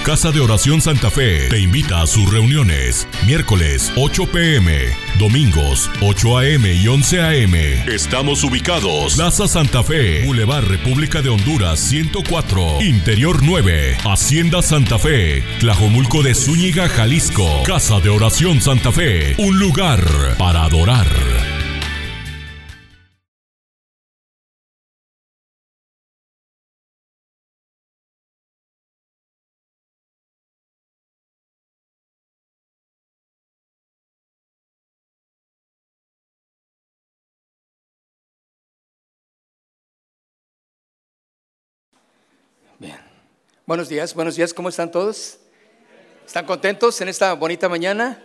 Casa de Oración Santa Fe te invita a sus reuniones. Miércoles 8 p.m, domingos 8 a.m. y 11 a.m. Estamos ubicados: Plaza Santa Fe, Boulevard República de Honduras 104, Interior 9, Hacienda Santa Fe, Tlajomulco de Zúñiga, Jalisco. Casa de Oración Santa Fe, un lugar para adorar. Bien. Buenos días, ¿cómo están todos? ¿Están contentos en esta bonita mañana?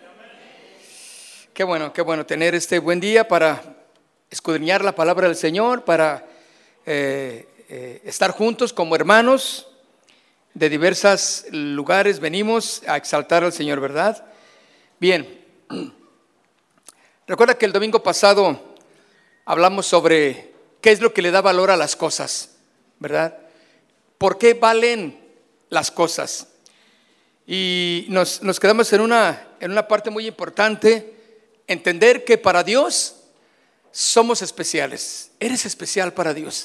Qué bueno tener este buen día para escudriñar la palabra del Señor, para estar juntos como hermanos de diversos lugares. Venimos a exaltar al Señor, ¿verdad? Bien, recuerda que el domingo pasado hablamos sobre qué es lo que le da valor a las cosas, ¿verdad? ¿Por qué valen las cosas? Y nos quedamos en una parte muy importante: entender que para Dios somos especiales. Eres especial para Dios.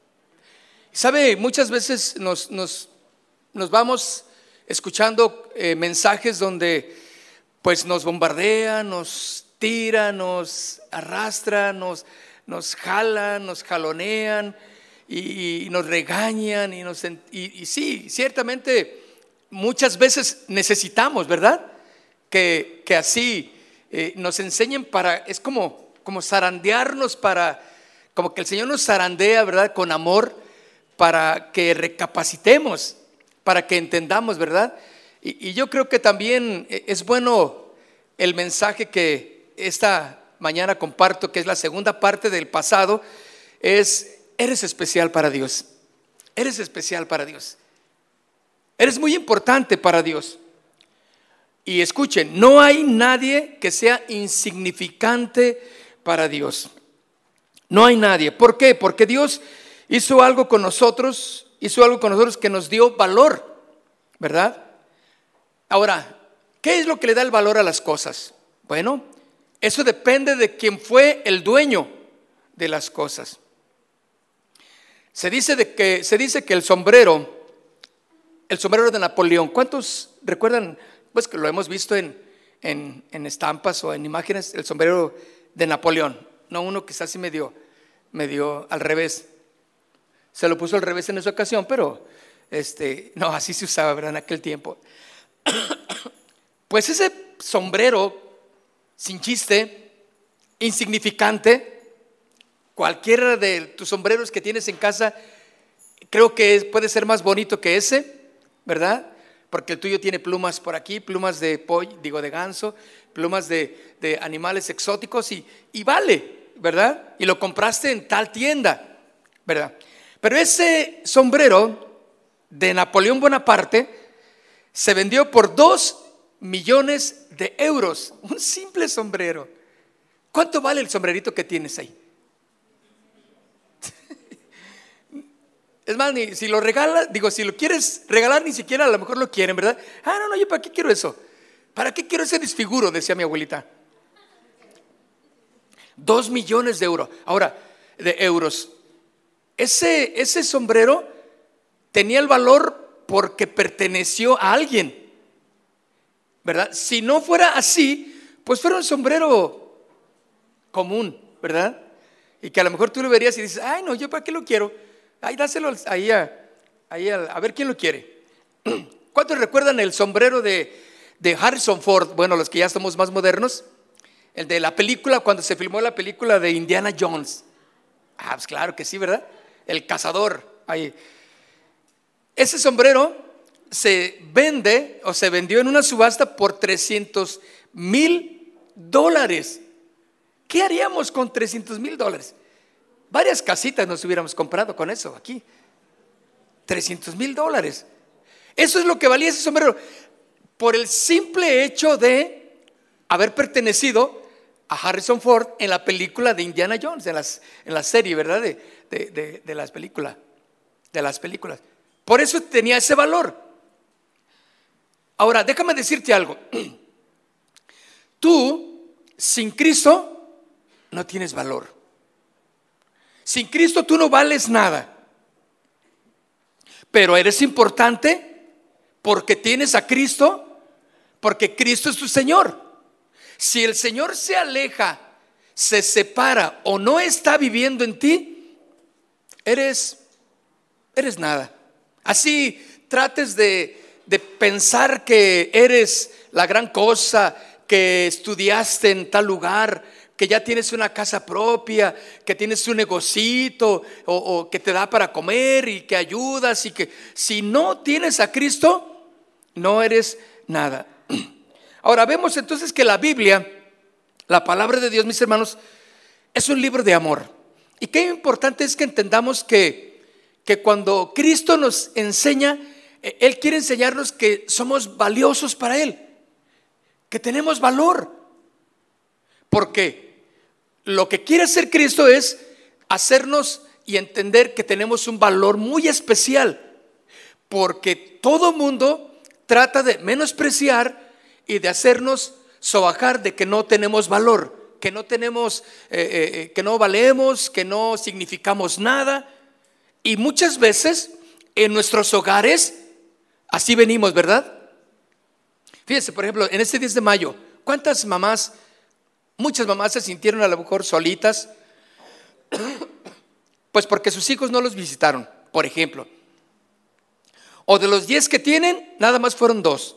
¿Sabe? Muchas veces nos vamos escuchando mensajes donde pues nos bombardean, nos tiran, nos arrastran, nos jalan, nos jalonean y nos regañan y sí, ciertamente muchas veces necesitamos, ¿verdad? Que así nos enseñen es como zarandearnos, como que el Señor nos zarandea, ¿verdad? Con amor, para que recapacitemos, para que entendamos, ¿verdad? Y yo creo que también es bueno el mensaje que esta mañana comparto, que es la segunda parte del pasado, eres especial para Dios. Eres especial para Dios. Eres muy importante para Dios. Y escuchen, no hay nadie que sea insignificante para Dios. No hay nadie. ¿Por qué? Porque Dios hizo algo con nosotros que nos dio valor, ¿verdad? Ahora, ¿qué es lo que le da el valor a las cosas? Bueno, eso depende de quién fue el dueño de las cosas. Se dice que el sombrero de Napoleón, ¿cuántos recuerdan? Pues que lo hemos visto en estampas o en imágenes, el sombrero de Napoleón. No uno que está así medio al revés. Se lo puso al revés en esa ocasión, pero no, así se usaba, ¿verdad? En aquel tiempo. Pues ese sombrero, sin chiste, insignificante, cualquiera de tus sombreros que tienes en casa, creo que puede ser más bonito que ese, ¿verdad? Porque el tuyo tiene plumas por aquí, plumas de ganso, plumas de animales exóticos y vale, ¿verdad? Y lo compraste en tal tienda, ¿verdad? Pero ese sombrero de Napoleón Bonaparte se vendió por 2 millones de euros. Un simple sombrero. ¿Cuánto vale el sombrerito que tienes ahí? Es más, si lo regalas, si lo quieres regalar, ni siquiera a lo mejor lo quieren, ¿verdad? No, yo ¿para qué quiero eso? ¿Para qué quiero ese desfiguro? Decía mi abuelita. 2 millones de euros. Ahora, de euros. Ese sombrero tenía el valor porque perteneció a alguien, ¿verdad? Si no fuera así, pues fuera un sombrero común, ¿verdad? Y que a lo mejor tú lo verías y dices, no, yo ¿para qué lo quiero? Dáselo ahí a ver quién lo quiere. ¿Cuántos recuerdan el sombrero de Harrison Ford? Bueno, los que ya estamos más modernos, el de la película, cuando se filmó la película de Indiana Jones. Pues claro que sí, ¿verdad? El cazador. Ahí. Ese sombrero se vende o se vendió en una subasta por $300,000. ¿Qué haríamos con $300,000? Varias casitas nos hubiéramos comprado con eso aquí. $300,000. Eso es lo que valía ese sombrero, por el simple hecho de haber pertenecido a Harrison Ford en la película de Indiana Jones, en la serie, ¿verdad? De las películas. Por eso tenía ese valor. Ahora, déjame decirte algo. Tú, sin Cristo, no tienes valor. Sin Cristo tú no vales nada. Pero eres importante porque tienes a Cristo, porque Cristo es tu Señor. Si el Señor se aleja, se separa o no está viviendo en ti, eres nada. Así trates de pensar que eres la gran cosa, que estudiaste en tal lugar, que ya tienes una casa propia, que tienes un negocito o que te da para comer y que ayudas, y que si no tienes a Cristo, no eres nada. Ahora vemos entonces que la Biblia, la palabra de Dios, mis hermanos, es un libro de amor. Y qué importante es que entendamos que cuando Cristo nos enseña, Él quiere enseñarnos que somos valiosos para Él, que tenemos valor. Porque lo que quiere hacer Cristo es hacernos y entender que tenemos un valor muy especial. Porque todo mundo trata de menospreciar y de hacernos sobajar de que no tenemos valor, que no tenemos, que no valemos, que no significamos nada. Y muchas veces en nuestros hogares así venimos, ¿verdad? Fíjense, por ejemplo, en este 10 de mayo, ¿cuántas mamás, muchas mamás se sintieron a lo mejor solitas? Pues porque sus hijos no los visitaron, por ejemplo. O de los 10 que tienen, nada más fueron 2.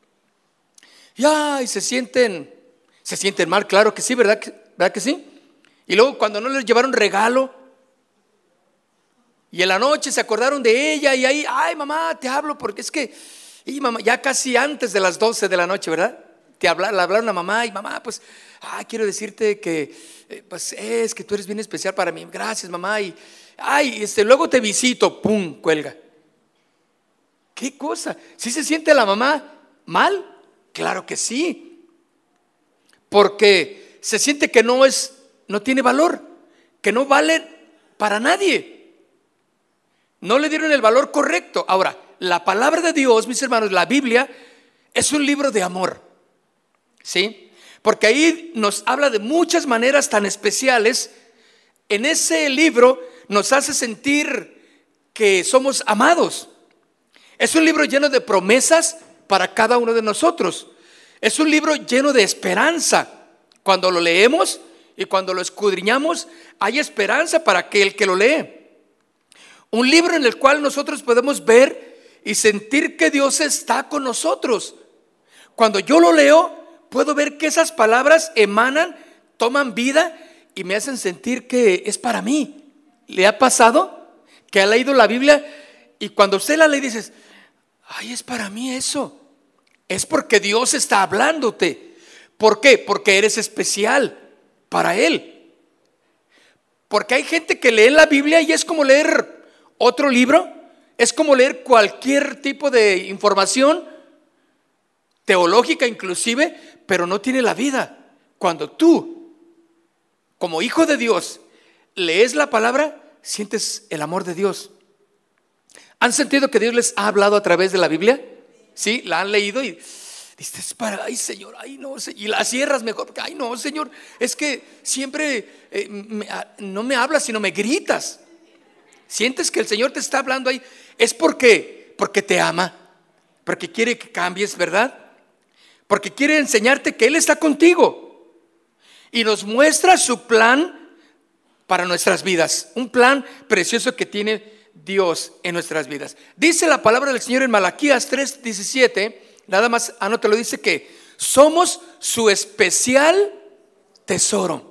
Y se sienten mal, claro que sí, ¿verdad que sí? Y luego cuando no les llevaron regalo, y en la noche se acordaron de ella, y ahí, ay mamá, te hablo porque es que, y mamá, ya casi antes de las 12 de la noche, ¿verdad? Le hablaron a mamá, y mamá, pues, quiero decirte que, pues es que tú eres bien especial para mí, gracias mamá, y, luego te visito, pum, cuelga. ¿Qué cosa? ¿Sí se siente la mamá mal? Claro que sí, porque se siente que no tiene valor, que no vale para nadie. No le dieron el valor correcto. Ahora, la palabra de Dios, mis hermanos, la Biblia, es un libro de amor, ¿sí? Porque ahí nos habla de muchas maneras tan especiales. En ese libro nos hace sentir que somos amados. Es un libro lleno de promesas para cada uno de nosotros. Es un libro lleno de esperanza. Cuando lo leemos y cuando lo escudriñamos, hay esperanza para aquel que lo lee. Un libro en el cual nosotros podemos ver y sentir que Dios está con nosotros. Cuando yo lo leo, puedo ver que esas palabras emanan, toman vida y me hacen sentir que es para mí. ¿Le ha pasado que ha leído la Biblia y cuando usted la lee dices, es para mí eso? Es porque Dios está hablándote. ¿Por qué? Porque eres especial para Él. Porque hay gente que lee la Biblia y es como leer otro libro, es como leer cualquier tipo de información teológica inclusive, pero no tiene la vida. Cuando tú, como hijo de Dios, lees la palabra, sientes el amor de Dios. ¿Han sentido que Dios les ha hablado a través de la Biblia? ¿Sí? La han leído y dices, ay Señor, ay no, y la cierras mejor, porque ay no Señor, es que siempre no me hablas sino me gritas. Sientes que el Señor te está hablando ahí. Es porque te ama, porque quiere que cambies, ¿verdad? Porque quiere enseñarte que Él está contigo y nos muestra su plan para nuestras vidas. Un plan precioso que tiene Dios en nuestras vidas. Dice la palabra del Señor en Malaquías 3:17, nada más anótalo, dice que somos su especial tesoro.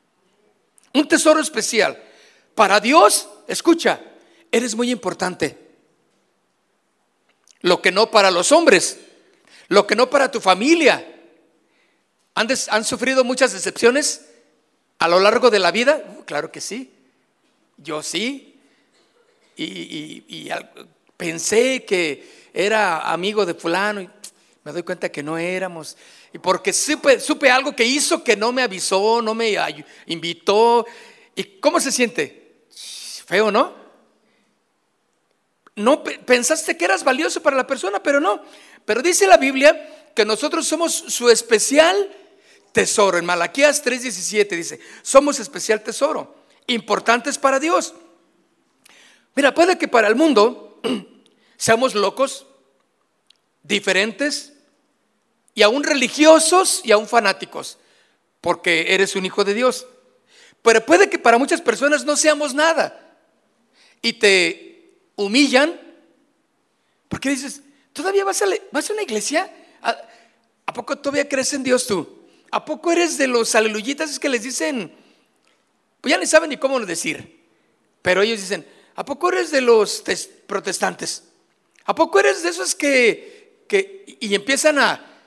Un tesoro especial. Para Dios, escucha, eres muy importante. Lo que no para los hombres, lo que no para tu familia. ¿Han sufrido muchas decepciones a lo largo de la vida? Claro que sí. Yo sí. Y pensé que era amigo de fulano y me doy cuenta que no éramos. Y porque supe algo que hizo que no me avisó, no me invitó. ¿Y cómo se siente? Feo, ¿no? no pensaste que eras valioso para la persona, pero no. Pero dice la Biblia que nosotros somos su especial tesoro. En Malaquías 3:17 dice, somos especial tesoro, importantes para Dios. Mira, puede que para el mundo seamos locos, diferentes, y aún religiosos y aún fanáticos, porque eres un hijo de Dios. Pero puede que para muchas personas no seamos nada y te humillan, porque dices, ¿todavía vas a una iglesia? ¿A poco todavía crees en Dios tú? ¿A poco eres de los aleluyitas que les dicen? Pues ya ni saben ni cómo decir, pero ellos dicen, ¿a poco eres de los protestantes? ¿A poco eres de esos y empiezan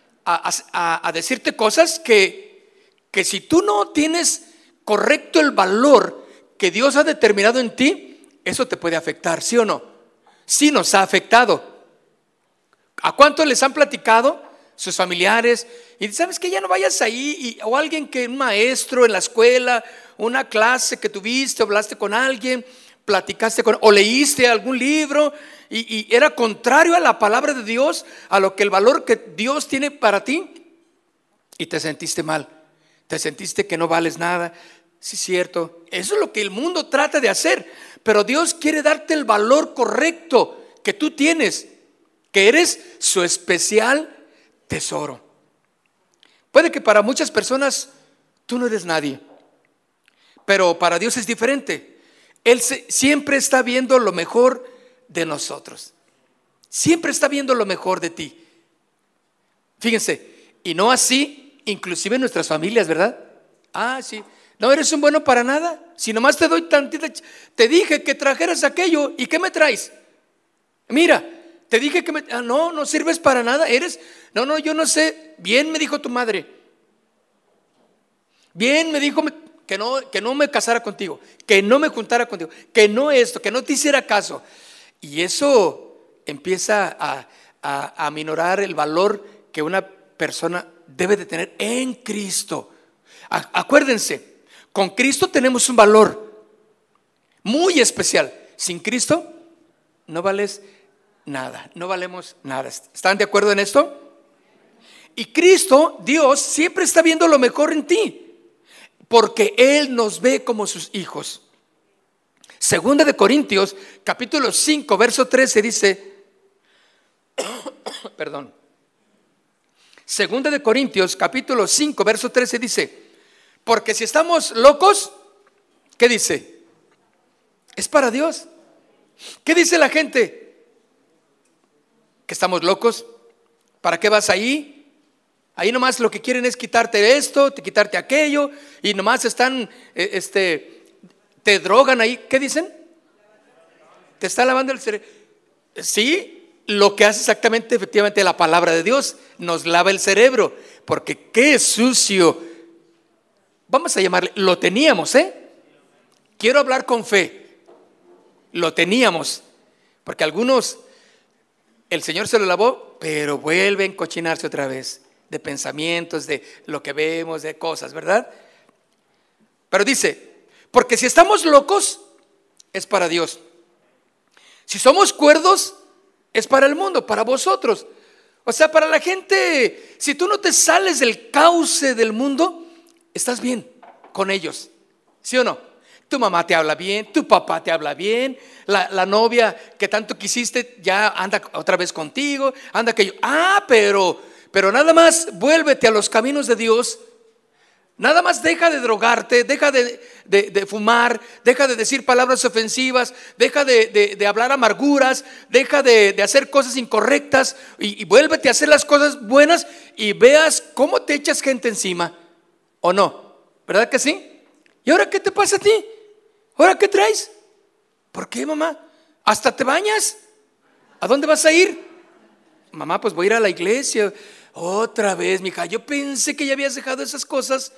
a decirte cosas que si tú no tienes correcto el valor que Dios ha determinado en ti, eso te puede afectar, ¿sí o no? Sí nos ha afectado. ¿A cuántos les han platicado sus familiares? Y sabes que ya no vayas ahí, o alguien un maestro en la escuela, una clase que tuviste, hablaste con alguien, platicaste o leíste algún libro y era contrario a la palabra de Dios, a lo que el valor que Dios tiene para ti, y te sentiste mal, te sentiste que no vales nada. Sí, es cierto, eso es lo que el mundo trata de hacer, pero Dios quiere darte el valor correcto que tú tienes, que eres su especial tesoro. Puede que para muchas personas tú no eres nadie, pero para Dios es diferente. Él siempre está viendo lo mejor de nosotros, siempre está viendo lo mejor de ti. Fíjense, y no así, inclusive en nuestras familias, ¿verdad? Sí, no eres un bueno para nada, si nomás te doy tantita, te dije que trajeras aquello, ¿y qué me traes? Mira, te dije que no sirves para nada, no, yo no sé, bien me dijo tu madre, bien me dijo que no me casara contigo, que no me juntara contigo, que no esto, que no te hiciera caso. Y eso empieza a aminorar el valor que una persona debe de tener en Cristo. Acuérdense, con Cristo tenemos un valor muy especial. Sin Cristo no vales nada, no valemos nada. ¿Están de acuerdo en esto? Y Cristo, Dios, siempre está viendo lo mejor en ti, porque Él nos ve como sus hijos. Segunda de Corintios, capítulo 5, verso 13 dice, perdón. Segunda de Corintios, capítulo 5, verso 13 dice, porque si estamos locos, ¿qué dice? Es para Dios. ¿Qué dice la gente? ¿Que estamos locos? ¿Para qué vas ahí? Ahí nomás lo que quieren es quitarte esto, quitarte aquello, y nomás están, te drogan ahí. ¿Qué dicen? Te está lavando el cerebro. Sí, lo que hace exactamente, efectivamente, la palabra de Dios nos lava el cerebro, porque qué sucio, vamos a llamarle, lo teníamos, quiero hablar con fe, lo teníamos, porque algunos, el Señor se lo lavó, pero vuelven a cochinarse otra vez, de pensamientos, de lo que vemos, de cosas, ¿verdad? Pero dice, porque si estamos locos, es para Dios. Si somos cuerdos, es para el mundo, para vosotros. O sea, para la gente, si tú no te sales del cauce del mundo, estás bien con ellos, ¿sí o no? Tu mamá te habla bien, tu papá te habla bien, la novia que tanto quisiste ya anda otra vez contigo, anda aquello. Pero nada más vuélvete a los caminos de Dios. Nada más deja de drogarte, deja de fumar, deja de decir palabras ofensivas, deja de hablar amarguras, deja de hacer cosas incorrectas y vuélvete a hacer las cosas buenas y veas cómo te echas gente encima, ¿o no? ¿Verdad que sí? ¿Y ahora qué te pasa a ti? ¿Ahora qué traes? ¿Por qué, mamá? ¿Hasta te bañas? ¿A dónde vas a ir? Mamá, pues voy a ir a la iglesia. Otra vez, mija, yo pensé que ya habías dejado esas cosas.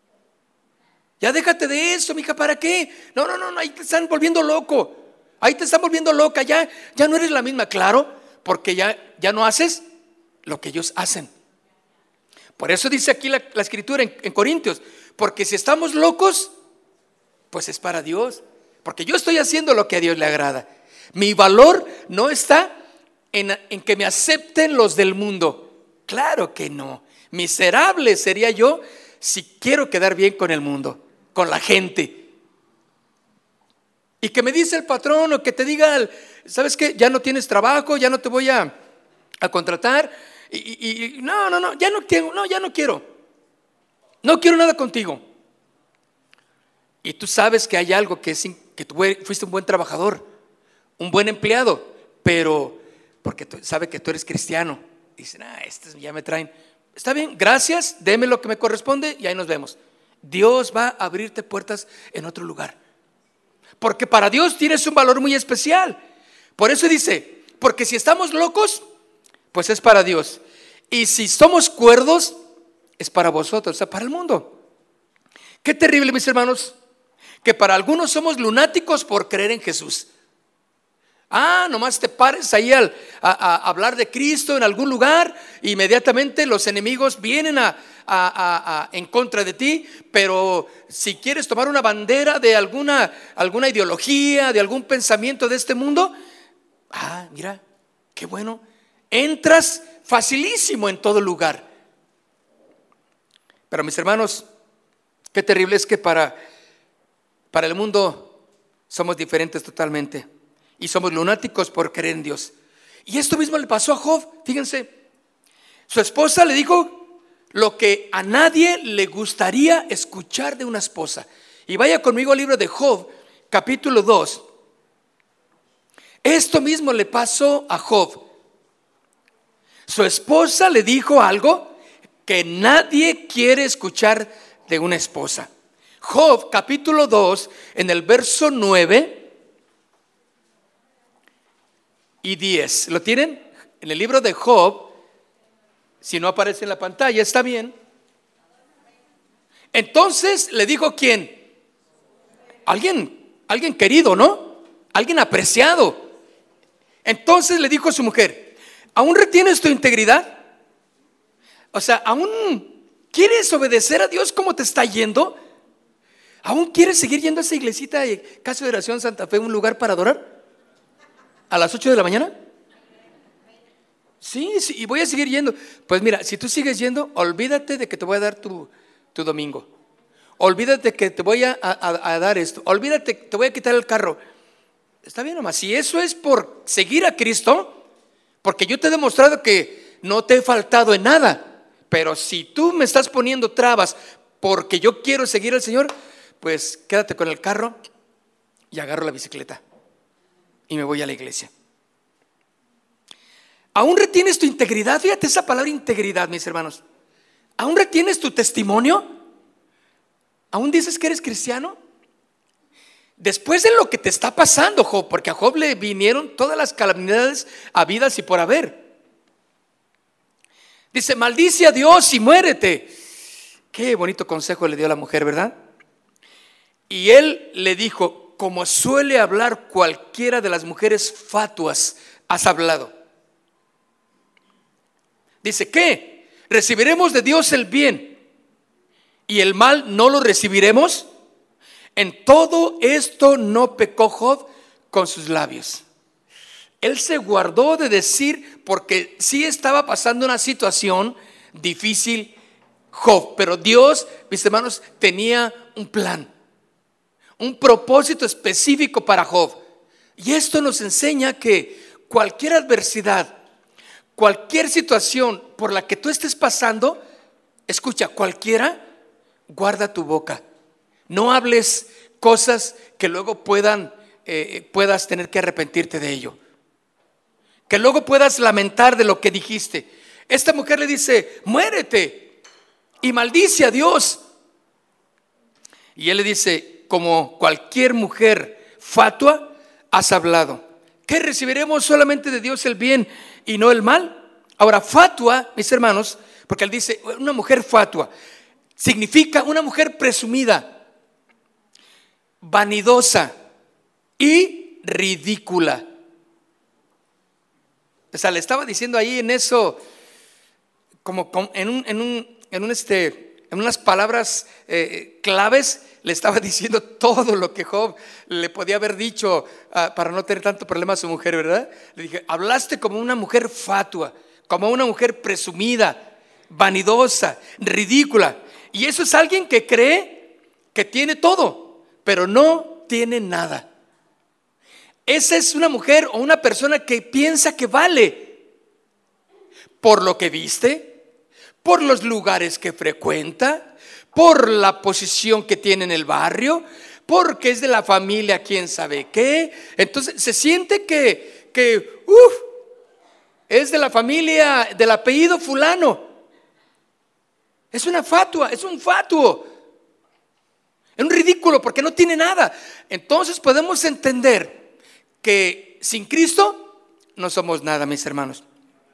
Ya déjate de eso, mija, ¿para qué? No, ahí te están volviendo loco. Ahí te están volviendo loca, ya no eres la misma, claro, porque ya no haces lo que ellos hacen. Por eso dice aquí la escritura en Corintios, porque si estamos locos, pues es para Dios, porque yo estoy haciendo lo que a Dios le agrada. Mi valor no está en que me acepten los del mundo. Claro que no. Miserable sería yo si quiero quedar bien con el mundo, con la gente. Y que me dice el patrón o que te diga, ¿sabes qué? Ya no tienes trabajo, ya no te voy a contratar. No, ya no quiero. No quiero nada contigo. Y tú sabes que hay algo que tú fuiste un buen trabajador, un buen empleado, pero porque sabe que tú eres cristiano. Dicen, estos ya me traen. Está bien, gracias, deme lo que me corresponde y ahí nos vemos. Dios va a abrirte puertas en otro lugar. Porque para Dios tienes un valor muy especial. Por eso dice, porque si estamos locos, pues es para Dios. Y si somos cuerdos, es para vosotros, o sea, para el mundo. Qué terrible, mis hermanos, que para algunos somos lunáticos por creer en Jesús. Nomás te pares ahí a hablar de Cristo en algún lugar, inmediatamente los enemigos vienen en contra de ti. Pero si quieres tomar una bandera de alguna ideología, de algún pensamiento de este mundo, mira, qué bueno, entras facilísimo en todo lugar. Pero mis hermanos, qué terrible es que para el mundo somos diferentes totalmente. Y somos lunáticos por creer en Dios. Y esto mismo le pasó a Job. Fíjense, su esposa le dijo lo que a nadie le gustaría escuchar de una esposa. Y vaya conmigo al libro de Job, capítulo 2. Esto mismo le pasó a Job. Su esposa le dijo algo que nadie quiere escuchar de una esposa. Job, capítulo 2, en el verso 9 y 10. ¿Lo tienen? En el libro de Job. Si no aparece en la pantalla, está bien. Entonces le dijo, ¿quién? Alguien querido, ¿no? Alguien apreciado. Entonces le dijo a su mujer, ¿aún retienes tu integridad? O sea, ¿aún quieres obedecer a Dios como te está yendo? ¿Aún quieres seguir yendo a esa iglesita de Casa de Oración Santa Fe, un lugar para adorar? ¿A las 8 de la mañana? Sí, y voy a seguir yendo. Pues mira, si tú sigues yendo, olvídate de que te voy a dar tu domingo. Olvídate que te voy a dar esto. Olvídate que te voy a quitar el carro. Está bien nomás. Si eso es por seguir a Cristo, porque yo te he demostrado que no te he faltado en nada. Pero si tú me estás poniendo trabas porque yo quiero seguir al Señor, pues quédate con el carro y agarro la bicicleta y me voy a la iglesia. ¿Aún retienes tu integridad? Fíjate esa palabra integridad, mis hermanos. ¿Aún retienes tu testimonio? ¿Aún dices que eres cristiano? Después de lo que te está pasando, Job, porque a Job le vinieron todas las calamidades habidas y por haber. Dice, maldice a Dios y muérete. Qué bonito consejo le dio a la mujer, ¿verdad? Y él le dijo, como suele hablar cualquiera de las mujeres fatuas, has hablado. Dice, ¿qué? ¿Recibiremos de Dios el bien y el mal no lo recibiremos? En todo esto no pecó Job con sus labios. Él se guardó de decir, porque sí estaba pasando una situación difícil Job, pero Dios, mis hermanos, tenía un plan, un propósito específico para Job. Y esto nos enseña que cualquier adversidad, cualquier situación por la que tú estés pasando, escucha, cualquiera, guarda tu boca. No hables cosas que luego puedas tener que arrepentirte de ello, que luego puedas lamentar de lo que dijiste. Esta mujer le dice, muérete y maldice a Dios. Y él le dice, como cualquier mujer fatua, has hablado. ¿Qué recibiremos solamente de Dios el bien y no el mal? Ahora, fatua, mis hermanos, porque él dice, una mujer fatua, significa una mujer presumida, vanidosa y ridícula. O sea, le estaba diciendo ahí en eso, como en un en unas palabras claves, le estaba diciendo todo lo que Job le podía haber dicho para no tener tanto problema a su mujer, ¿verdad? Le dije, hablaste como una mujer fatua, como una mujer presumida, vanidosa, ridícula. Y eso es alguien que cree que tiene todo, pero no tiene nada. Esa es una mujer o una persona que piensa que vale por lo que viste, por los lugares que frecuenta, por la posición que tiene en el barrio, porque es de la familia quién sabe qué. Entonces se siente que es de la familia del apellido fulano. Es una fatua, es un fatuo, es un ridículo porque no tiene nada. Entonces podemos entender que sin Cristo no somos nada, mis hermanos.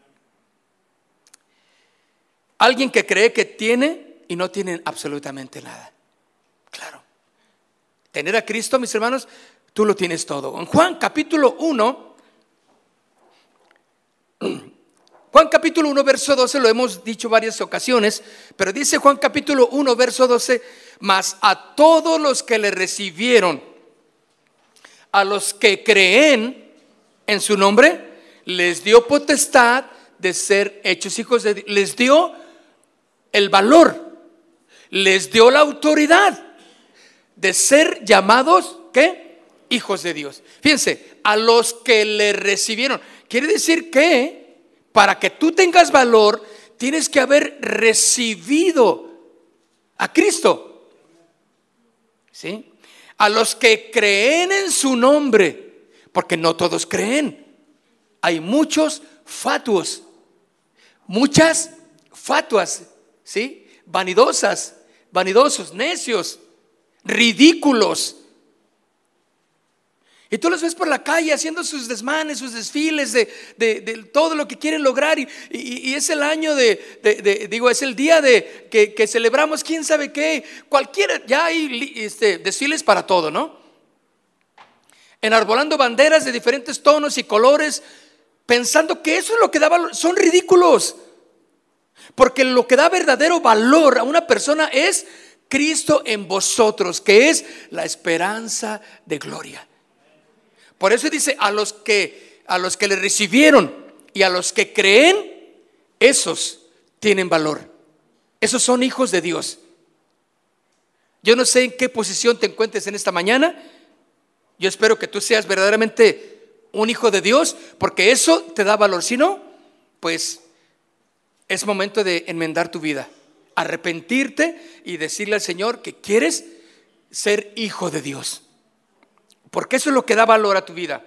Alguien que cree que tiene y no tiene absolutamente nada. Claro, tener a Cristo, mis hermanos, tú lo tienes todo. En Juan capítulo 1, verso 12, lo hemos dicho varias ocasiones, pero dice Juan capítulo 1, verso 12, mas a todos los que le recibieron, a los que creen en su nombre, les dio potestad de ser hechos hijos de Dios. Les dio el valor, les dio la autoridad de ser llamados, ¿qué? Hijos de Dios. Fíjense, a los que le recibieron. Quiere decir que para que tú tengas valor, tienes que haber recibido a Cristo. ¿Sí? A los que creen en su nombre, porque no todos creen. Hay muchos fatuos, muchas fatuas, ¿sí? Vanidosas, vanidosos, necios, ridículos. Y tú los ves por la calle haciendo sus desmanes, sus desfiles de todo lo que quieren lograr. Y es el año es el día de que celebramos quién sabe qué. Cualquiera, ya hay desfiles para todo, ¿no? Enarbolando banderas de diferentes tonos y colores, pensando que eso es lo que da valor. Son ridículos. Porque lo que da verdadero valor a una persona es Cristo en vosotros, que es la esperanza de gloria. Por eso dice, a los que le recibieron y a los que creen, esos tienen valor. Esos son hijos de Dios. Yo no sé en qué posición te encuentres en esta mañana. Yo espero que tú seas verdaderamente un hijo de Dios, porque eso te da valor. Si no, pues es momento de enmendar tu vida, arrepentirte y decirle al Señor que quieres ser hijo de Dios. Porque eso es lo que da valor a tu vida.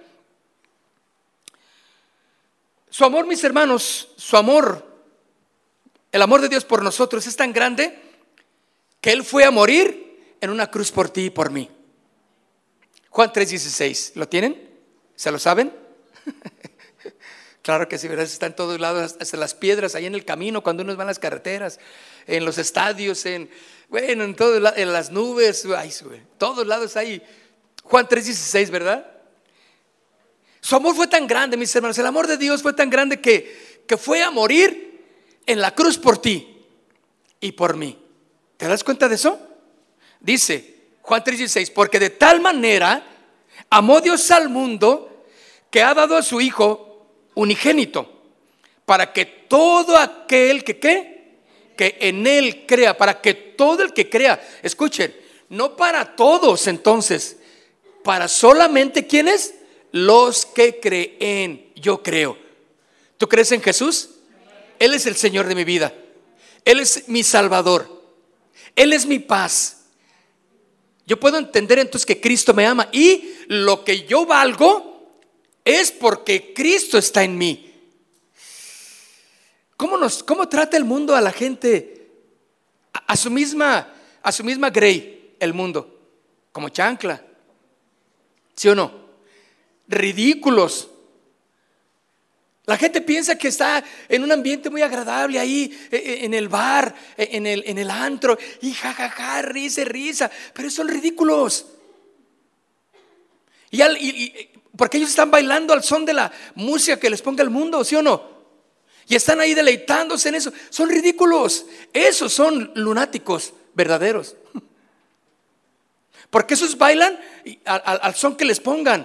Su amor, mis hermanos, su amor, el amor de Dios por nosotros es tan grande que Él fue a morir en una cruz por ti y por mí. Juan 3:16, ¿lo tienen? ¿Se lo saben? Claro que sí, ¿verdad? Está en todos lados, hasta las piedras, ahí en el camino, cuando uno va en las carreteras, en los estadios, en todos, en las nubes, todos lados hay. Juan 3:16, ¿verdad? Su amor fue tan grande, mis hermanos, el amor de Dios fue tan grande que fue a morir en la cruz por ti y por mí. ¿Te das cuenta de eso? Dice Juan 3:16, porque de tal manera amó Dios al mundo que ha dado a su Hijo unigénito, para que todo aquel que en Él crea, para que todo el que crea, escuchen, no para todos entonces, para solamente ¿quiénes? Los que creen. Yo creo. ¿Tú crees en Jesús? Él es el Señor de mi vida. Él es mi Salvador. Él es mi paz. Yo puedo entender entonces que Cristo me ama y lo que yo valgo es porque Cristo está en mí. ¿Cómo trata el mundo a la gente? A su misma grey, el mundo, como chancla. ¿Sí o no? Ridículos. La gente piensa que está en un ambiente muy agradable ahí, en el bar, en el antro, y jajaja, risa, pero son ridículos. Porque ellos están bailando al son de la música que les ponga el mundo, ¿sí o no? Y están ahí deleitándose en eso. Son ridículos. Esos son lunáticos verdaderos. Porque esos bailan al son que les pongan.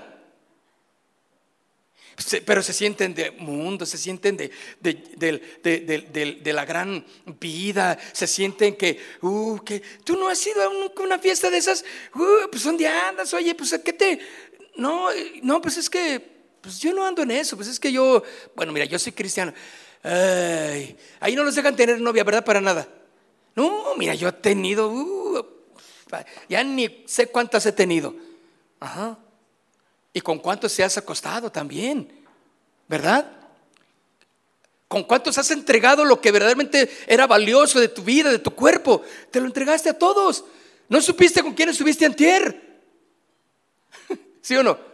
Pero se sienten de mundo, se sienten de la gran vida, se sienten que tú no has ido a una fiesta de esas, pues ¿dónde andas? Oye, pues ¿qué te? No, pues es que pues yo no ando en eso, pues es que yo, bueno, mira, yo soy cristiano. Ay, ahí no los dejan tener novia, ¿verdad? Para nada. No, mira, yo he tenido, ya ni sé cuántas he tenido. Ajá. ¿Y con cuántos se has acostado también? ¿Verdad? ¿Con cuántos has entregado lo que verdaderamente era valioso de tu vida, de tu cuerpo? Te lo entregaste a todos. ¿No supiste con quién estuviste antier? ¿Sí o no?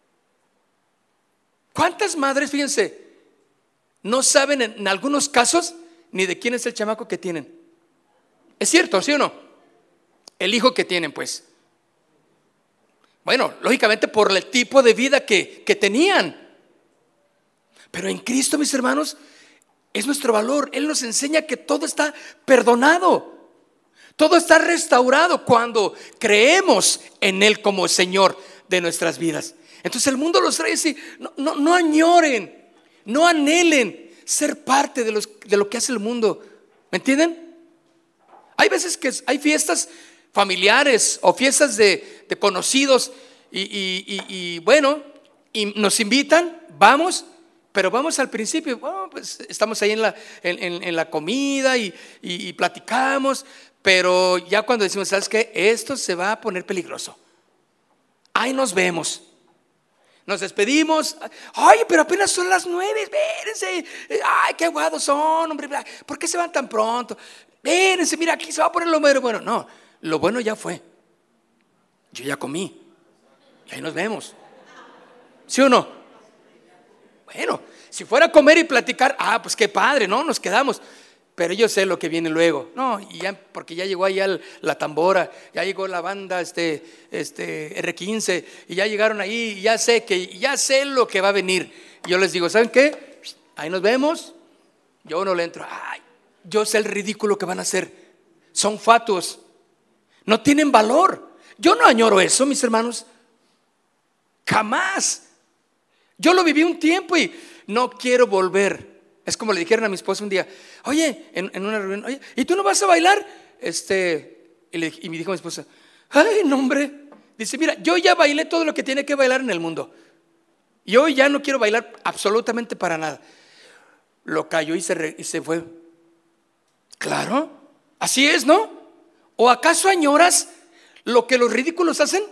¿Cuántas madres, fíjense, no saben en algunos casos ni de quién es el chamaco que tienen? ¿Es cierto, sí o no? El hijo que tienen, pues. Bueno, lógicamente por el tipo de vida que tenían. Pero en Cristo, mis hermanos, es nuestro valor. Él nos enseña que todo está perdonado, todo está restaurado cuando creemos en Él como Señor de nuestras vidas. Entonces el mundo los trae así. No añoren, no anhelen ser parte de lo que hace el mundo. ¿Me entienden? Hay veces que hay fiestas familiares o fiestas de conocidos y bueno, y nos invitan, vamos, pero vamos al principio, bueno, pues estamos ahí en la comida y platicamos, pero ya cuando decimos, ¿sabes qué? Esto se va a poner peligroso. Ahí nos vemos. Nos despedimos. Ay, pero apenas son las 9, espérense. Ay, qué aguados son, hombre. ¿Por qué se van tan pronto? Espérense, mira, aquí se va a poner lo mero bueno. No, lo bueno ya fue. Yo ya comí. Y ahí nos vemos. ¿Sí o no? Bueno, si fuera a comer y platicar, pues qué padre, ¿no? Nos quedamos. Pero yo sé lo que viene luego. No, y ya, porque ya llegó ahí la tambora, ya llegó la banda R15, y ya llegaron ahí, y ya sé lo que va a venir. Y yo les digo, ¿saben qué? Ahí nos vemos. Yo no le entro. Yo sé el ridículo que van a hacer. Son fatuos. No tienen valor. Yo no añoro eso, mis hermanos. Jamás. Yo lo viví un tiempo y no quiero volver. Es como le dijeron a mi esposa un día, oye, en una reunión, oye, ¿y tú no vas a bailar? Y me dijo mi esposa, ay, no, hombre. Dice, mira, yo ya bailé todo lo que tiene que bailar en el mundo. Y hoy ya no quiero bailar absolutamente para nada. Lo cayó y se fue. Claro, así es, ¿no? ¿O acaso añoras lo que los ridículos hacen?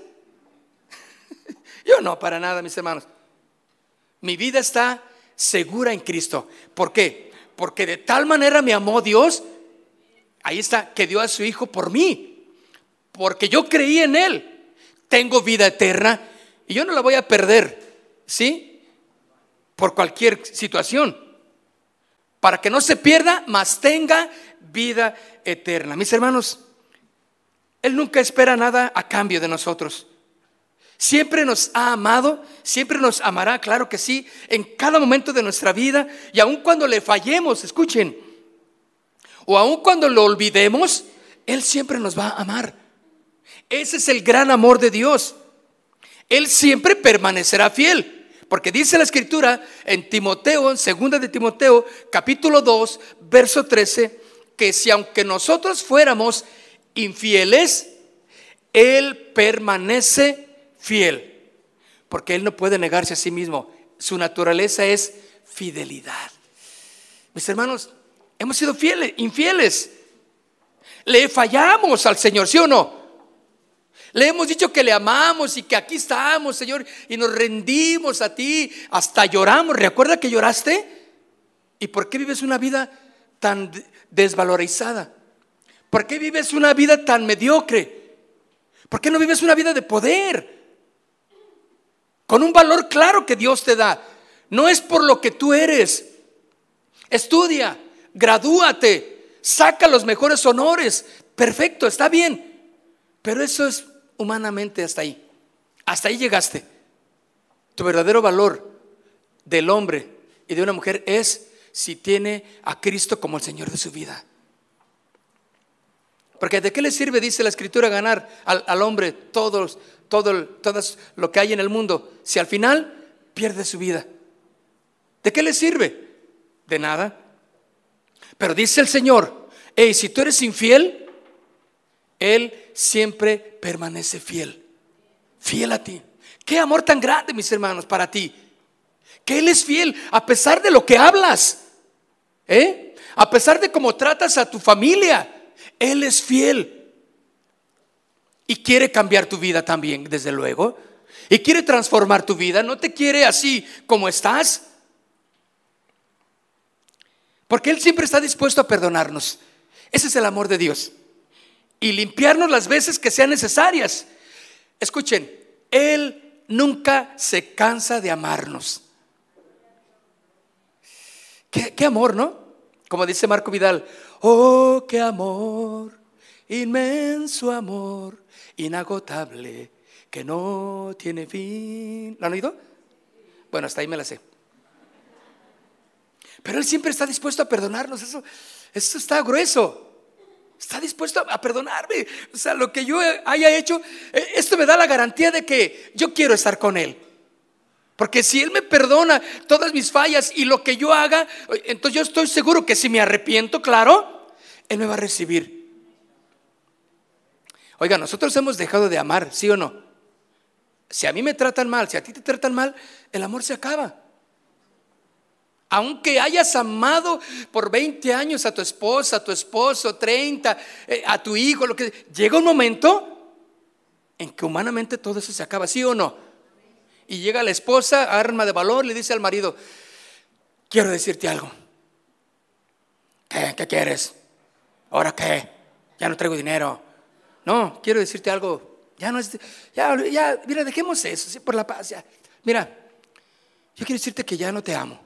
Yo no, para nada, mis hermanos. Mi vida está segura en Cristo. ¿Por qué? Porque de tal manera me amó Dios, ahí está, que dio a su Hijo por mí. Porque yo creí en Él. Tengo vida eterna y yo no la voy a perder, ¿sí? Por cualquier situación. Para que no se pierda, mas tenga vida eterna. Mis hermanos, Él nunca espera nada a cambio de nosotros. Siempre nos ha amado, siempre nos amará, claro que sí, en cada momento de nuestra vida. Y aun cuando le fallemos, escuchen, o aun cuando lo olvidemos, Él siempre nos va a amar. Ese es el gran amor de Dios. Él siempre permanecerá fiel. Porque dice la Escritura en Timoteo, en 2 de Timoteo, capítulo 2, verso 13, que si aunque nosotros fuéramos infieles, Él permanece fiel, porque Él no puede negarse a sí mismo. Su naturaleza es fidelidad. Mis hermanos, hemos sido infieles. Le fallamos al Señor, ¿sí o no? Le hemos dicho que le amamos y que aquí estamos, Señor, y nos rendimos a ti. Hasta lloramos. ¿Recuerda que lloraste? ¿Y por qué vives una vida tan desvalorizada? ¿Por qué vives una vida tan mediocre? ¿Por qué no vives una vida de poder? Con un valor claro que Dios te da. No es por lo que tú eres. Estudia, gradúate, saca los mejores honores. Perfecto, está bien. Pero eso es humanamente hasta ahí. Hasta ahí llegaste. Tu verdadero valor del hombre y de una mujer es si tiene a Cristo como el Señor de su vida. Porque ¿de qué le sirve, dice la Escritura, ganar al hombre todo lo que hay en el mundo, si al final pierde su vida? ¿De qué le sirve? De nada. Pero dice el Señor, hey, si tú eres infiel, Él siempre permanece fiel. Fiel a ti. Qué amor tan grande, mis hermanos, para ti. Que Él es fiel a pesar de lo que hablas, a pesar de cómo tratas a tu familia. Él es fiel y quiere cambiar tu vida también, desde luego, y quiere transformar tu vida. No te quiere así como estás, porque Él siempre está dispuesto a perdonarnos. Ese es el amor de Dios, y limpiarnos las veces que sean necesarias. Escuchen, Él nunca se cansa de amarnos. Qué amor, ¿no? Como dice Marco Vidal, oh, qué amor, inmenso amor, inagotable, que no tiene fin. ¿Lo han oído? Bueno, hasta ahí me la sé. Pero Él siempre está dispuesto a perdonarnos. Eso está grueso. Está dispuesto a perdonarme. O sea, lo que yo haya hecho, esto me da la garantía de que yo quiero estar con Él. Porque si Él me perdona todas mis fallas y lo que yo haga, entonces yo estoy seguro que si me arrepiento, claro, Él me va a recibir. Oiga, nosotros hemos dejado de amar, ¿sí o no? Si a mí me tratan mal, si a ti te tratan mal, el amor se acaba. Aunque hayas amado por 20 años a tu esposa, a tu esposo, 30, a tu hijo, llega un momento en que humanamente todo eso se acaba, ¿sí o no? Y llega la esposa, arma de valor, le dice al marido, quiero decirte algo. ¿Qué quieres? ¿Ahora qué? Ya no traigo dinero. No, quiero decirte algo. Ya no es, ya, mira, dejemos eso, ¿sí? Por la paz, ya. Mira, yo quiero decirte que ya no te amo.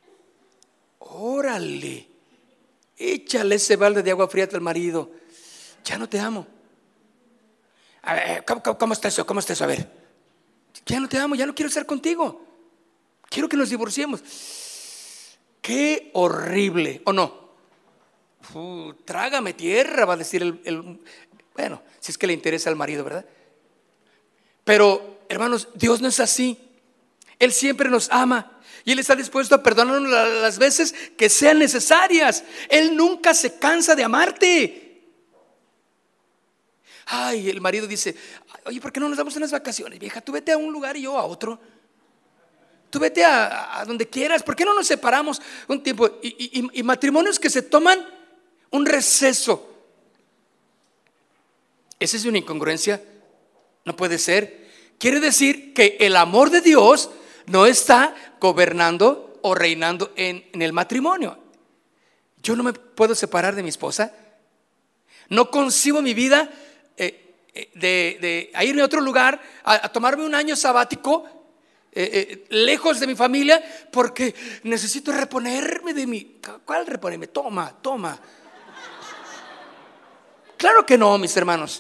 Órale, échale ese balde de agua fría al marido. Ya no te amo. A ver, ¿cómo está eso? ¿Cómo está eso? A ver. Ya no te amo, ya no quiero estar contigo. Quiero que nos divorciemos. Qué horrible, ¿o no? Trágame tierra, va a decir bueno, si es que le interesa al marido, ¿verdad? Pero, hermanos, Dios no es así. Él siempre nos ama y Él está dispuesto a perdonarnos las veces que sean necesarias. Él nunca se cansa de amarte. Ay, el marido dice, oye, ¿por qué no nos damos unas vacaciones, vieja? Tú vete a un lugar y yo a otro. Tú vete a donde quieras. ¿Por qué no nos separamos un tiempo? Y matrimonios que se toman un receso. Esa es una incongruencia. No puede ser. Quiere decir que el amor de Dios no está gobernando o reinando en el matrimonio. Yo no me puedo separar de mi esposa. No concibo mi vida a irme a otro lugar, a tomarme un año sabático, lejos de mi familia, porque necesito reponerme de mi. ¿Cuál reponerme? Toma. Claro que no, mis hermanos.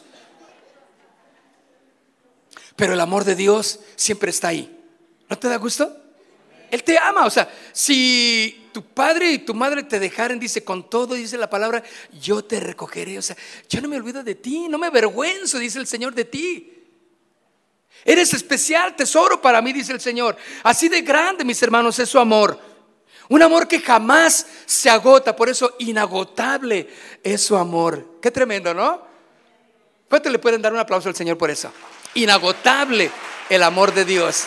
Pero el amor de Dios siempre está ahí. ¿No te da gusto? Él te ama. O sea, si tu padre y tu madre te dejaran, dice, con todo, dice la palabra, yo te recogeré. O sea, yo no me olvido de ti, no me avergüenzo, dice el Señor, de ti. Eres especial, tesoro para mí, dice el Señor. Así de grande, mis hermanos, es su amor. Un amor que jamás se agota. Por eso inagotable es su amor. Qué tremendo, ¿no? ¿Cuánto le pueden dar un aplauso al Señor por eso? Inagotable el amor de Dios.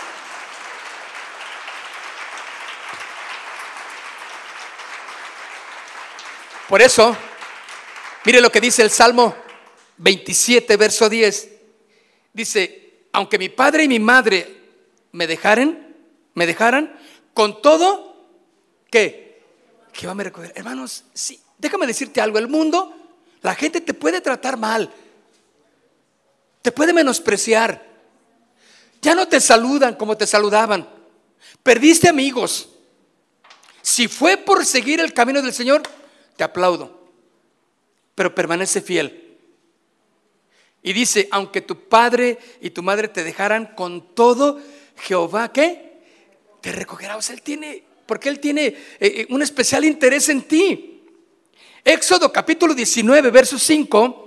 Por eso, mire lo que dice el Salmo 27, verso 10. Dice, aunque mi padre y mi madre me dejaran, con todo, ¿qué? Que va a me recoger. Hermanos, sí, déjame decirte algo. El mundo, la gente te puede tratar mal, te puede menospreciar. Ya no te saludan como te saludaban. Perdiste amigos. Si fue por seguir el camino del Señor, te aplaudo, pero permanece fiel. Y dice, aunque tu padre y tu madre te dejaran, con todo, Jehová, ¿qué? Te recogerá. O sea, Él tiene porque Él tiene un especial interés en ti. Éxodo capítulo 19, verso 5.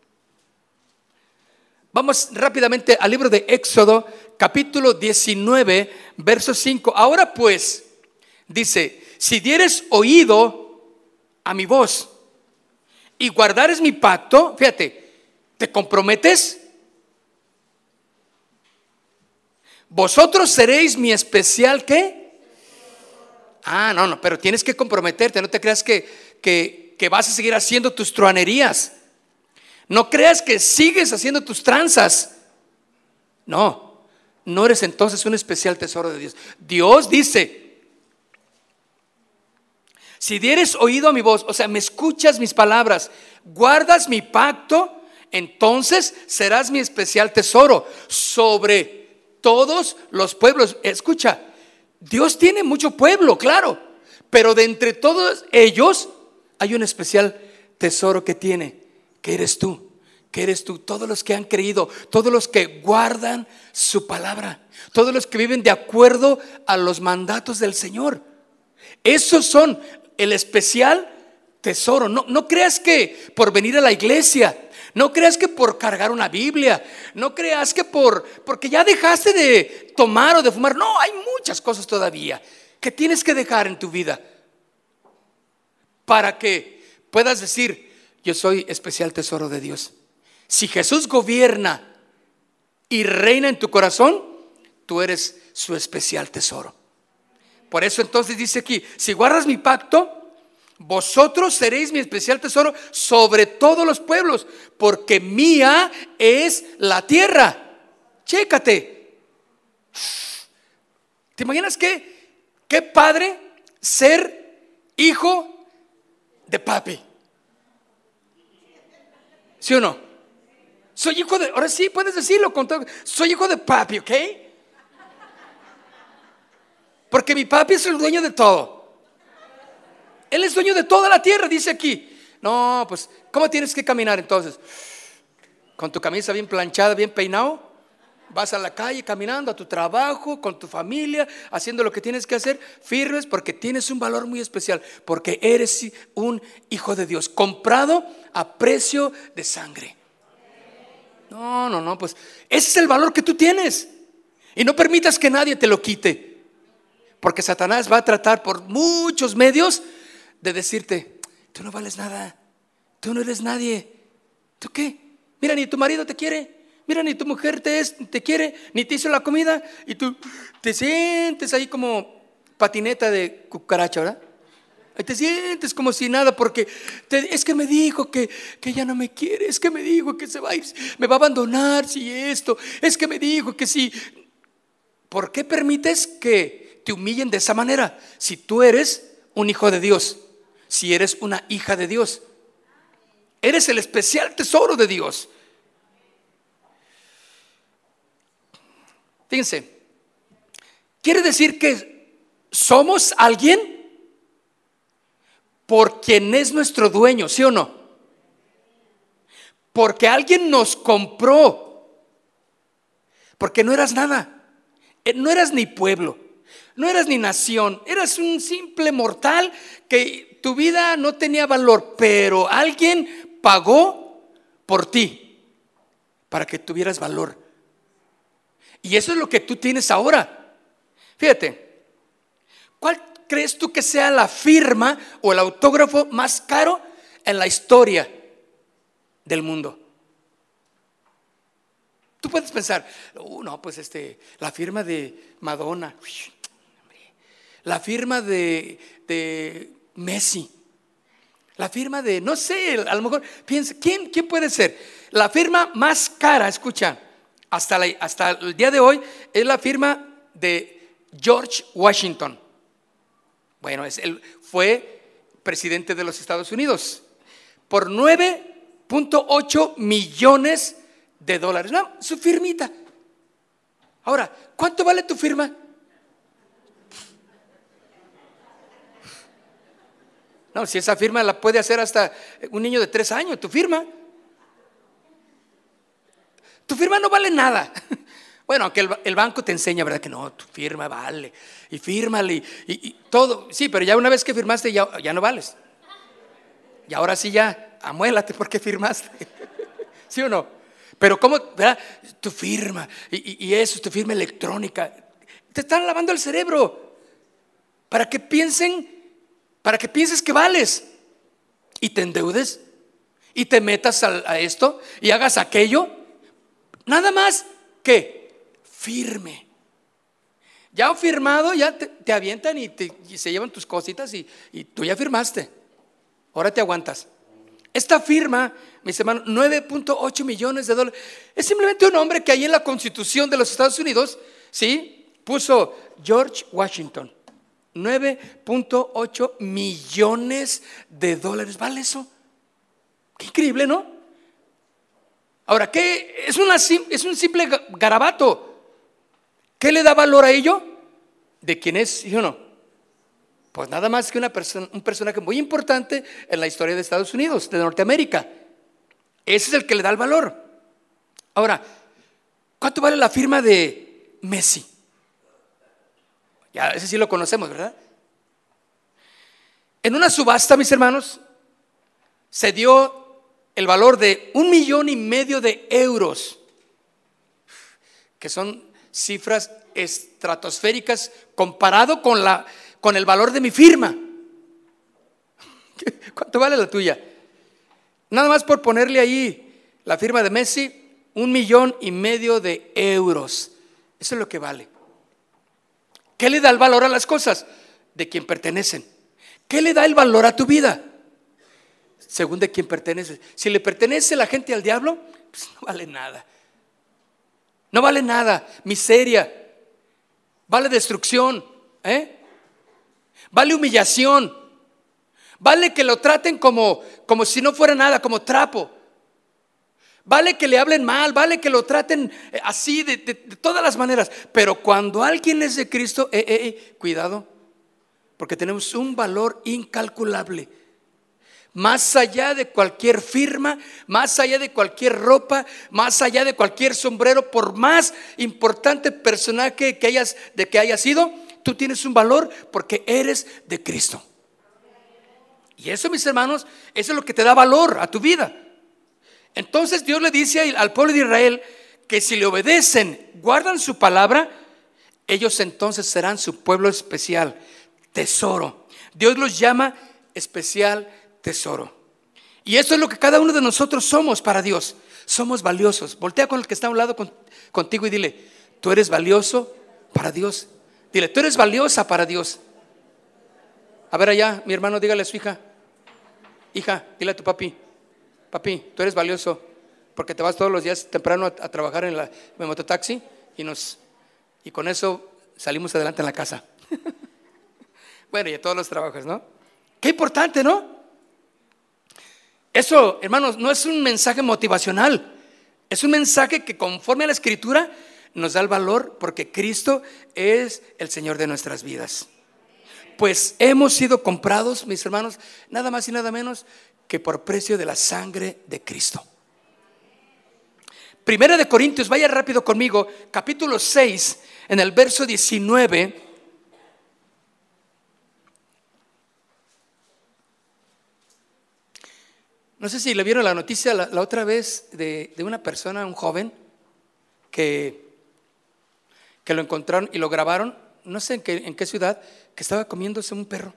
Vamos rápidamente al libro de Éxodo capítulo 19, verso 5. Ahora pues, dice, si dieres oído a mi voz y guardares mi pacto, fíjate, ¿te comprometes? Vosotros seréis mi especial, ¿qué? No, pero tienes que comprometerte. No te creas que vas a seguir haciendo tus truanerías. No creas que sigues haciendo tus tranzas. No eres entonces un especial tesoro de Dios. Dios dice, si dieres oído a mi voz, o sea, me escuchas mis palabras, guardas mi pacto, entonces serás mi especial tesoro sobre todos los pueblos. Escucha, Dios tiene mucho pueblo, claro, pero de entre todos ellos hay un especial tesoro que tiene, que eres tú, todos los que han creído, todos los que guardan su palabra, todos los que viven de acuerdo a los mandatos del Señor. Esos son el especial tesoro. No creas que por venir a la iglesia, no creas que por cargar una Biblia, no creas que porque ya dejaste de tomar o de fumar. No, hay muchas cosas todavía que tienes que dejar en tu vida para que puedas decir, yo soy especial tesoro de Dios. Si Jesús gobierna y reina en tu corazón, tú eres su especial tesoro. Por eso entonces dice aquí, si guardas mi pacto, vosotros seréis mi especial tesoro sobre todos los pueblos, porque mía es la tierra. Chécate. ¿Te imaginas qué padre ser hijo de papi? ¿Sí o no? Soy hijo de, ahora sí puedes decirlo con todo, soy hijo de papi, ¿ok? Porque mi papi es el dueño de todo. Él es dueño de toda la tierra, dice aquí. No, pues, ¿cómo tienes que caminar entonces? Con tu camisa bien planchada, bien peinado. Vas a la calle caminando a tu trabajo, con tu familia, haciendo lo que tienes que hacer, firmes, porque tienes un valor muy especial, porque eres un hijo de Dios, comprado a precio de sangre. No, pues ese es el valor que tú tienes. Y no permitas que nadie te lo quite, porque Satanás va a tratar por muchos medios de decirte, tú no vales nada, tú no eres nadie. ¿Tú qué? Mira, ni tu marido te quiere, mira, ni tu mujer te quiere, ni te hizo la comida, y tú te sientes ahí como patineta de cucaracha, ¿verdad? Ahí te sientes como si nada, porque es que me dijo que ya no me quiere, es que me dijo que se va a ir, me va a abandonar si esto, es que me dijo que si. ¿Por qué permites que te humillen de esa manera? Si tú eres un hijo de Dios, si eres una hija de Dios, eres el especial tesoro de Dios. Fíjense, quiere decir que somos alguien por quien es nuestro dueño, ¿sí o no? Porque alguien nos compró, porque no eras nada. No eras ni pueblo, no eras ni nación, eras un simple mortal que tu vida no tenía valor, pero alguien pagó por ti para que tuvieras valor. Y eso es lo que tú tienes ahora. Fíjate, ¿cuál crees tú que sea la firma o el autógrafo más caro en la historia del mundo? Tú puedes pensar, no, pues la firma de Madonna, la firma de Messi, la firma de, no sé, a lo mejor piensa, ¿quién puede ser? La firma más cara, escucha, hasta el día de hoy es la firma de George Washington. Bueno, él fue presidente de los Estados Unidos por 9.8 millones de dólares. No, su firmita. Ahora, ¿cuánto vale tu firma? No, si esa firma la puede hacer hasta un niño de 3 años, tu firma no vale nada. Bueno, aunque el banco te enseña, ¿verdad? Que no, tu firma vale, y fírmale, y todo. Sí, pero ya una vez que firmaste, ya no vales. Y ahora sí ya, amuélate porque firmaste. ¿Sí o no? Pero ¿cómo, verdad? Tu firma, y eso, tu firma electrónica. Te están lavando el cerebro para que pienses que vales. Y te endeudes, y te metas a esto, y hagas aquello. Nada más que firme. Ya firmado, ya te avientan y se llevan tus cositas y tú ya firmaste. Ahora te aguantas. Esta firma, mis hermanos, $9.8 millones. Es simplemente un nombre que ahí en la Constitución de los Estados Unidos, ¿sí?, puso George Washington. $9.8 millones. ¿Vale eso? Qué increíble, ¿no? Ahora, ¿qué? Es un simple garabato. ¿Qué le da valor a ello? ¿De quién es, sí o no? Pues nada más que un personaje muy importante en la historia de Estados Unidos, de Norteamérica. Ese es el que le da el valor. Ahora, ¿cuánto vale la firma de Messi? Ya, ese sí lo conocemos, ¿verdad? En una subasta, mis hermanos, se dio el valor de $1,5 millones de euros, que son cifras estratosféricas comparado con el valor de mi firma. ¿Cuánto vale la tuya? Nada más por ponerle ahí la firma de Messi, $1,5 millones de euros. Eso es lo que vale. ¿Qué le da el valor a las cosas? De quien pertenecen. ¿Qué le da el valor a tu vida? Según de quién perteneces. Si le pertenece la gente al diablo, pues no vale nada. No vale nada, miseria. Vale destrucción, vale humillación. Vale que lo traten como si no fuera nada, como trapo. Vale que le hablen mal, vale que lo traten así de todas las maneras. Pero cuando alguien es de Cristo, cuidado, porque tenemos un valor incalculable. Más allá de cualquier firma, más allá de cualquier ropa, más allá de cualquier sombrero, por más importante personaje que hayas sido, tú tienes un valor porque eres de Cristo. Y eso, mis hermanos, eso es lo que te da valor a tu vida. Entonces Dios le dice al pueblo de Israel que si le obedecen, guardan su palabra, ellos entonces serán su pueblo especial, tesoro. Dios los llama especial tesoro. Y eso es lo que cada uno de nosotros somos para Dios. Somos valiosos. Voltea con el que está a un lado contigo y dile: tú eres valioso para Dios. Dile: tú eres valiosa para Dios. A ver allá, mi hermano, dígale a su hija: hija, dile a tu papi: papi, tú eres valioso, porque te vas todos los días temprano a trabajar en el mototaxi y con eso salimos adelante en la casa. Bueno, y a todos los trabajos, ¿no? Qué importante, ¿no? Eso, hermanos, no es un mensaje motivacional. Es un mensaje que conforme a la Escritura nos da el valor, porque Cristo es el Señor de nuestras vidas. Pues hemos sido comprados, mis hermanos, nada más y nada menos que por precio de la sangre de Cristo. Primera de Corintios, vaya rápido conmigo, capítulo 6, en el verso 19. No sé si le vieron la noticia la otra vez de una persona, un joven, que lo encontraron y lo grabaron, no sé en qué ciudad, que estaba comiéndose un perro.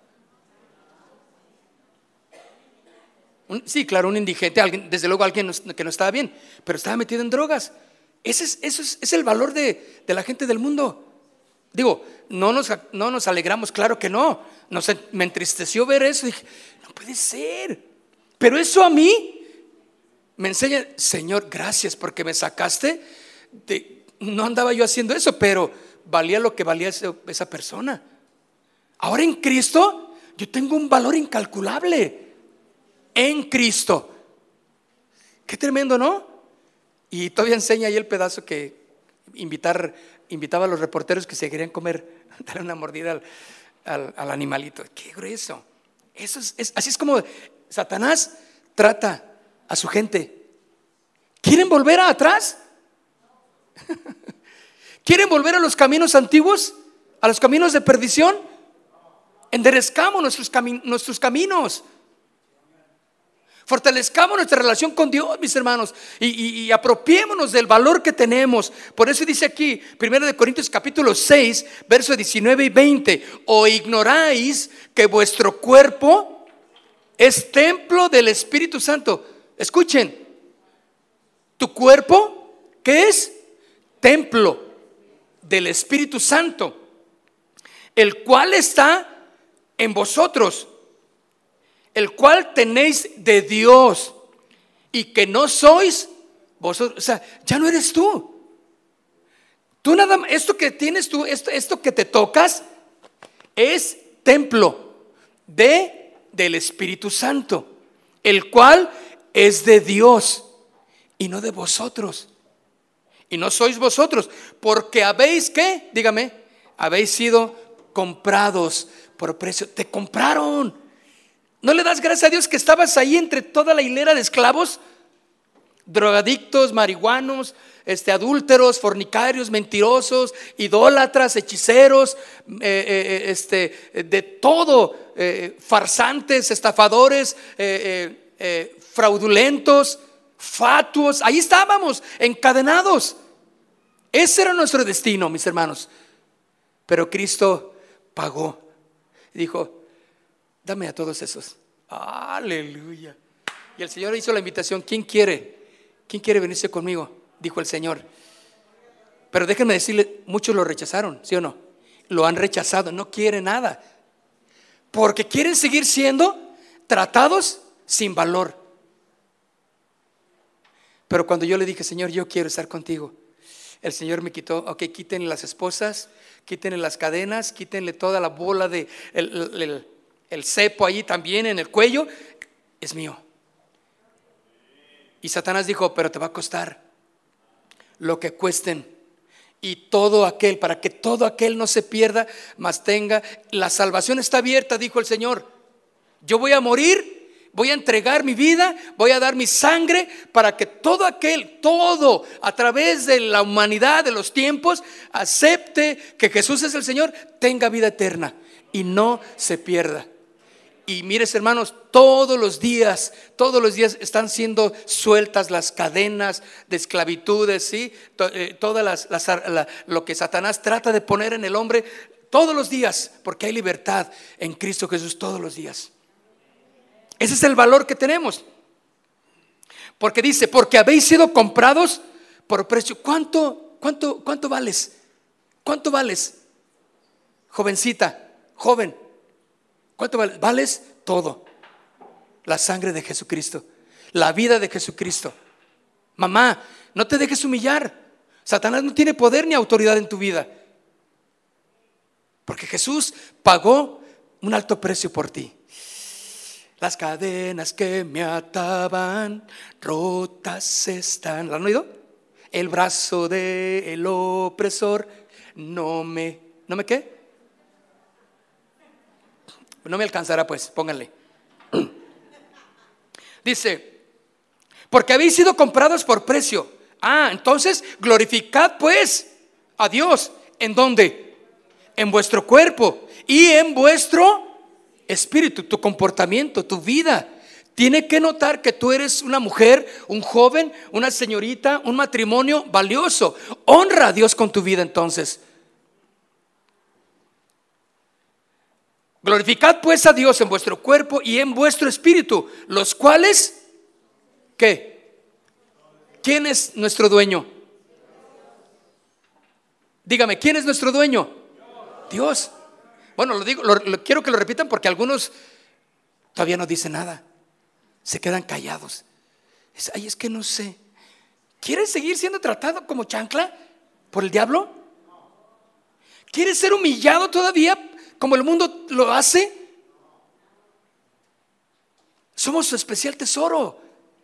Sí, claro, un indigente, desde luego alguien que no estaba bien, pero estaba metido en drogas. Eso es el valor de la gente del mundo. Digo, no nos alegramos, claro que no. Me entristeció ver eso. Dije: no puede ser. Pero eso a mí me enseña: Señor, gracias porque me sacaste. No andaba yo haciendo eso, pero valía lo que valía esa persona. Ahora en Cristo yo tengo un valor incalculable. En Cristo. Qué tremendo, ¿no? Y todavía enseña ahí el pedazo que invitaba a los reporteros que se querían comer, darle una mordida al animalito. Qué grueso. Así es como Satanás trata a su gente. ¿Quieren volver atrás? ¿Quieren volver a los caminos antiguos? ¿A los caminos de perdición? Enderezcamos nuestros caminos. Fortalezcamos nuestra relación con Dios, mis hermanos, y apropiémonos del valor que tenemos. Por eso dice aquí, 1 Corintios capítulo 6, versos 19 y 20: ¿O ignoráis que vuestro cuerpo es templo del Espíritu Santo? Escuchen, tu cuerpo, ¿qué es? Templo del Espíritu Santo, el cual está en vosotros, el cual tenéis de Dios, y que no sois vosotros. O sea, ya no eres tú. Tú nada más, esto que tienes tú, esto que te tocas, es templo del Espíritu Santo, el cual es de Dios y no de vosotros. Y no sois vosotros, porque habéis, ¿qué? Dígame, habéis sido comprados por precio. Te compraron. ¿No le das gracias a Dios que estabas ahí entre toda la hilera de esclavos? Drogadictos, marihuanos, adúlteros, fornicarios, mentirosos, idólatras, hechiceros, de todo, farsantes, estafadores, fraudulentos, fatuos. Ahí estábamos, encadenados. Ese era nuestro destino, mis hermanos. Pero Cristo pagó. Dijo: dame a todos esos. Aleluya. Y el Señor hizo la invitación: ¿quién quiere venirse conmigo? Dijo el Señor. Pero déjenme decirle, muchos lo rechazaron, ¿sí o no? Lo han rechazado, no quieren nada, porque quieren seguir siendo tratados sin valor. Pero cuando yo le dije: Señor, yo quiero estar contigo, el Señor me quitó. Ok, quítenle las esposas, quítenle las cadenas, quítenle toda la bola de el cepo ahí también en el cuello. Es mío. Y Satanás dijo: pero te va a costar lo que cuesten. Y todo aquel, para que todo aquel no se pierda, mas tenga la salvación. Está abierta, dijo el Señor. Yo voy a morir, voy a entregar mi vida, voy a dar mi sangre para que todo a través de la humanidad, de los tiempos, acepte que Jesús es el Señor, tenga vida eterna y no se pierda. Y mires, hermanos, todos los días están siendo sueltas las cadenas de esclavitudes, ¿sí? Todas lo que Satanás trata de poner en el hombre, todos los días, porque hay libertad en Cristo Jesús todos los días. Ese es el valor que tenemos. Porque dice: porque habéis sido comprados por precio. ¿Cuánto vales? ¿Cuánto vales? Jovencita, joven, ¿cuánto vales? Vales todo. La sangre de Jesucristo, la vida de Jesucristo. Mamá, no te dejes humillar. Satanás no tiene poder ni autoridad en tu vida, porque Jesús pagó un alto precio por ti. Las cadenas que me ataban rotas están. ¿La han oído? El brazo del opresor no me ¿qué? No me alcanzará, pues, pónganle. Dice: porque habéis sido comprados por precio. Entonces glorificad pues a Dios. ¿En dónde? En vuestro cuerpo y en vuestro espíritu. Tu comportamiento, tu vida tiene que notar que tú eres una mujer, un joven, una señorita, un matrimonio valioso. Honra a Dios con tu vida. Entonces, glorificad pues a Dios en vuestro cuerpo y en vuestro espíritu, los cuales, ¿qué? ¿Quién es nuestro dueño? Dígame, ¿quién es nuestro dueño? Dios. Bueno, quiero que lo repitan, porque algunos todavía no dicen nada, se quedan callados. Es que no sé. ¿Quieres seguir siendo tratado como chancla por el diablo? ¿Quieres ser humillado todavía como el mundo lo hace? Somos su especial tesoro,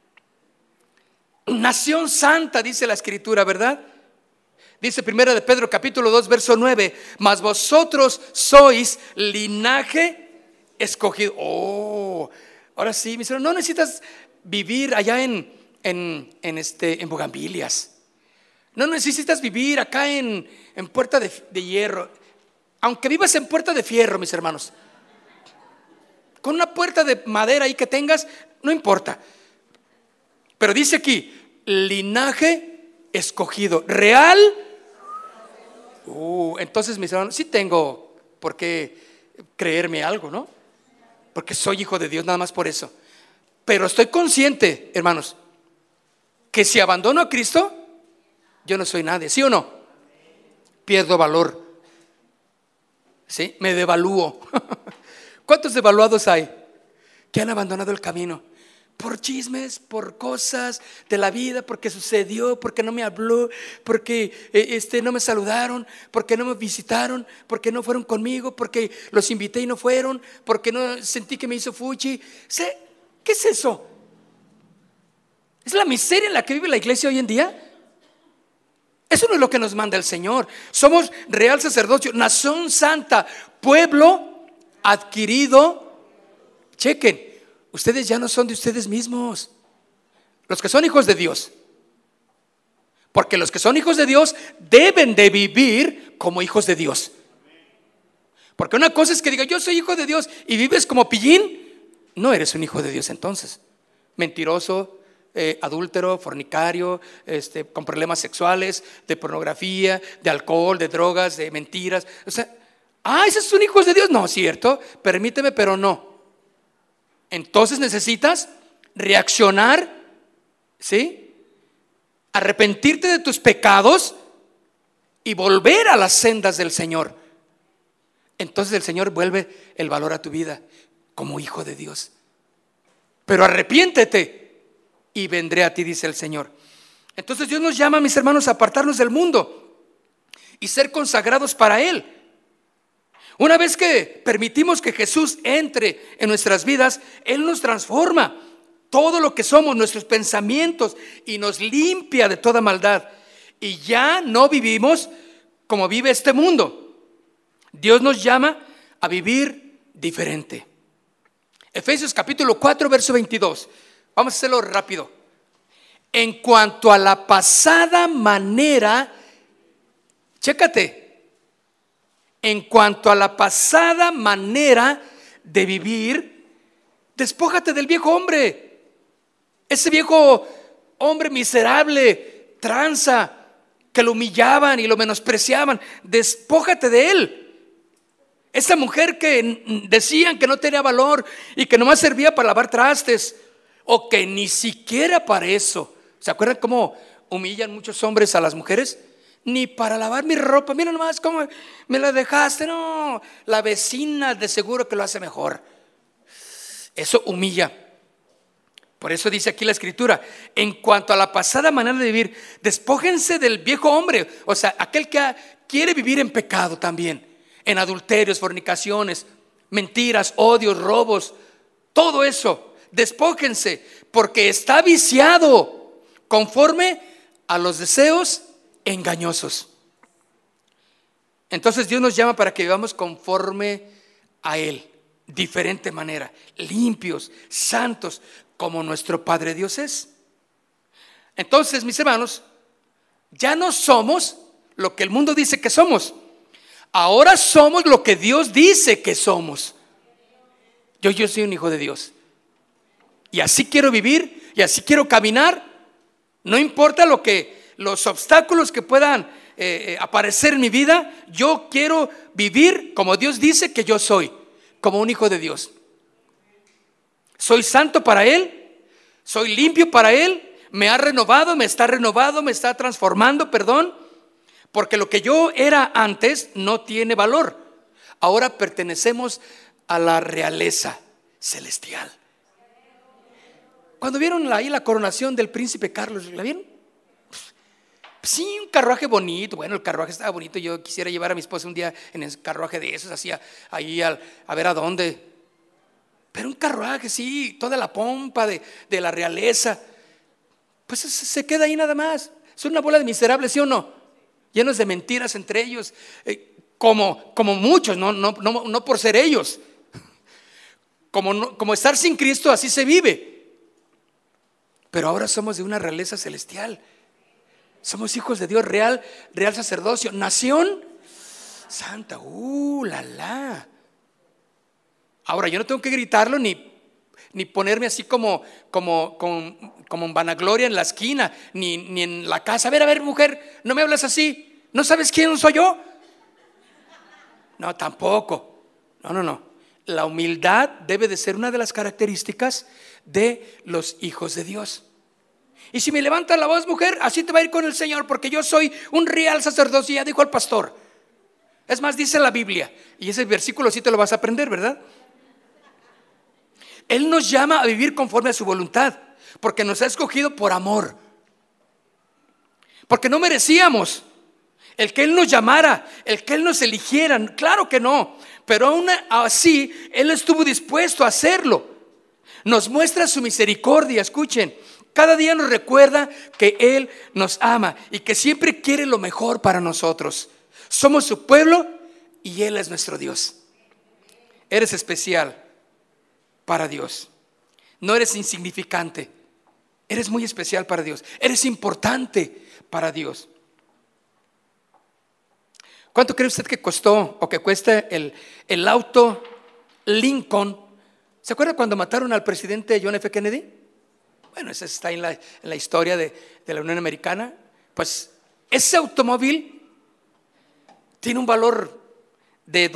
nación santa, dice la Escritura, ¿verdad? Dice 1 de Pedro capítulo 2 verso 9: mas vosotros sois linaje escogido. Ahora sí, mis hermanos, no necesitas vivir allá en Bugambilias. No necesitas vivir acá en Puerta de Hierro. Aunque vivas en Puerta de Fierro, mis hermanos, con una puerta de madera ahí que tengas, no importa. Pero dice aquí, linaje escogido, real. Entonces, mis hermanos, sí tengo por qué creerme algo, ¿no? Porque soy hijo de Dios, nada más por eso. Pero estoy consciente, hermanos, que si abandono a Cristo, yo no soy nadie, ¿sí o no? Pierdo valor, ¿sí? Me devalúo. ¿Cuántos devaluados hay que han abandonado el camino? Por chismes, por cosas de la vida, porque sucedió, porque no me habló, porque no me saludaron, porque no me visitaron, porque no fueron conmigo, porque los invité y no fueron, porque no sentí que me hizo fuchi. ¿Qué es eso? ¿Es la miseria en la que vive la iglesia hoy en día? Eso no es lo que nos manda el Señor. Somos real sacerdocio, nación santa, pueblo adquirido. Chequen, ustedes ya no son de ustedes mismos, los que son hijos de Dios. Porque los que son hijos de Dios deben de vivir como hijos de Dios. Porque una cosa es que diga, yo soy hijo de Dios, y vives como pillín. No eres un hijo de Dios entonces. Mentiroso, adúltero, fornicario, con problemas sexuales, de pornografía, de alcohol, de drogas, de mentiras. O sea, esos son hijos de Dios. No, cierto, permíteme, pero no. Entonces necesitas reaccionar, ¿sí? Arrepentirte de tus pecados y volver a las sendas del Señor. Entonces el Señor vuelve el valor a tu vida como hijo de Dios. Pero arrepiéntete y vendré a ti, dice el Señor. Entonces Dios nos llama, mis hermanos, a apartarnos del mundo y ser consagrados para Él. Una vez que permitimos que Jesús entre en nuestras vidas, Él nos transforma todo lo que somos, nuestros pensamientos, y nos limpia de toda maldad. Y ya no vivimos como vive este mundo. Dios nos llama a vivir diferente. Efesios capítulo 4, verso 22. Vamos a hacerlo rápido. En cuanto a la pasada manera, chécate. En cuanto a la pasada manera de vivir, despójate del viejo hombre. Ese viejo hombre miserable, tranza, que lo humillaban y lo menospreciaban. Despójate de él. Esa mujer que decían que no tenía valor y que nomás servía para lavar trastes, o que ni siquiera para eso. ¿Se acuerdan cómo humillan muchos hombres a las mujeres? Ni para lavar mi ropa, mira nomás cómo me la dejaste. No, la vecina de seguro que lo hace mejor. Eso humilla. Por eso dice aquí la escritura, en cuanto a la pasada manera de vivir, despójense del viejo hombre. O sea, aquel que quiere vivir en pecado también, en adulterios, fornicaciones, mentiras, odios, robos, todo eso. Despójense, porque está viciado conforme a los deseos engañosos. Entonces Dios nos llama para que vivamos conforme a Él, diferente manera, limpios, santos, como nuestro Padre Dios es. Entonces, mis hermanos, ya no somos lo que el mundo dice que somos. Ahora somos lo que Dios dice que somos. Yo soy un hijo de Dios. Y así quiero vivir, y así quiero caminar. No importa los obstáculos que puedan aparecer en mi vida. Yo quiero vivir como Dios dice que yo soy, como un hijo de Dios. Soy santo para Él, soy limpio para Él. Me ha renovado, me está transformando, porque lo que yo era antes no tiene valor. Ahora pertenecemos a la realeza celestial. Cuando vieron ahí la coronación del príncipe Carlos, ¿la vieron? Sí, un carruaje bonito. Bueno, el carruaje estaba bonito. Yo quisiera llevar a mi esposa un día en el carruaje de esos, así ahí a ver a dónde. Pero un carruaje, sí, toda la pompa de la realeza. Pues se queda ahí nada más. Son una bola de miserables, ¿sí o no? Llenos de mentiras entre ellos, como muchos, no por ser ellos. Como estar sin Cristo, así se vive. Pero ahora somos de una realeza celestial. Somos hijos de Dios, real sacerdocio, nación santa. La, la. Ahora, yo no tengo que gritarlo ni ponerme así como en vanagloria en la esquina, ni en la casa. A ver, mujer, no me hablas así. ¿No sabes quién soy yo? No, tampoco. No. La humildad debe de ser una de las características de los hijos de Dios. Y si me levanta la voz, mujer, así te va a ir con el Señor, porque yo soy un real sacerdocio, ya dijo el pastor. Es más, dice la Biblia, y ese versículo sí te lo vas a aprender, ¿verdad? Él nos llama a vivir conforme a su voluntad, porque nos ha escogido por amor, porque no merecíamos el que Él nos llamara, el que Él nos eligiera. Claro que no, pero aún así Él estuvo dispuesto a hacerlo. Nos muestra su misericordia. Escuchen, cada día nos recuerda que Él nos ama y que siempre quiere lo mejor para nosotros. Somos su pueblo y Él es nuestro Dios. Eres especial para Dios. No eres insignificante. Eres muy especial para Dios. Eres importante para Dios. ¿Cuánto cree usted que costó o que cuesta el auto Lincoln? ¿Se acuerda cuando mataron al presidente John F. Kennedy? Bueno, eso está en la historia de la Unión Americana. Pues ese automóvil tiene un valor de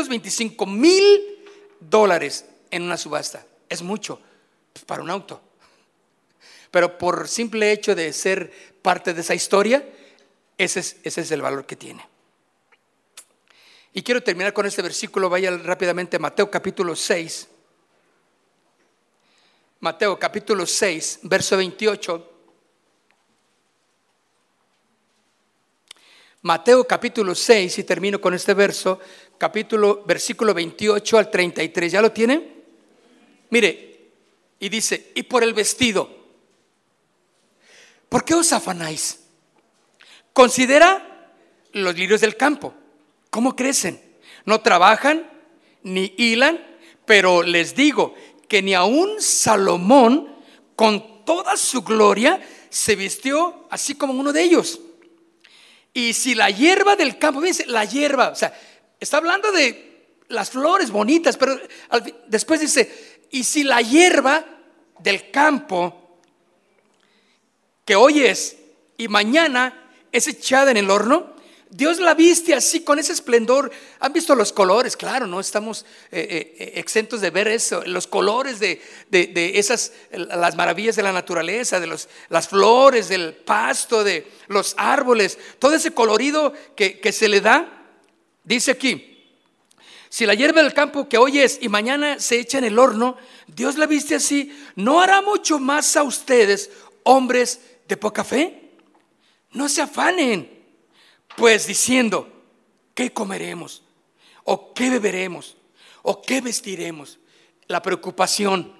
$225,000 en una subasta. Es mucho para un auto, pero por simple hecho de ser parte de esa historia, ese es el valor que tiene. Y quiero terminar con este versículo. Vaya rápidamente a Mateo capítulo 6. Mateo capítulo 6, verso 28. Mateo capítulo 6, y termino con este verso, versículo 28 al 33. ¿Ya lo tienen? Mire, y dice: y por el vestido, ¿por qué os afanáis? Considera los lirios del campo, cómo crecen. No trabajan ni hilan, pero les digo que ni aun Salomón con toda su gloria se vistió así como uno de ellos. Y si la hierba del campo, fíjense, la hierba, o sea, está hablando de las flores bonitas, pero después dice: y si la hierba del campo, que hoy es y mañana es echada en el horno, Dios la viste así con ese esplendor. ¿Han visto los colores? Claro, no estamos exentos de ver eso, los colores de esas, las maravillas de la naturaleza, de las flores, del pasto, de los árboles, todo ese colorido que se le da. Dice aquí: si la hierba del campo que hoy es y mañana se echa en el horno, Dios la viste así, ¿no hará mucho más a ustedes, hombres de poca fe? No se afanen pues diciendo: ¿qué comeremos? ¿O qué beberemos? ¿O qué vestiremos? La preocupación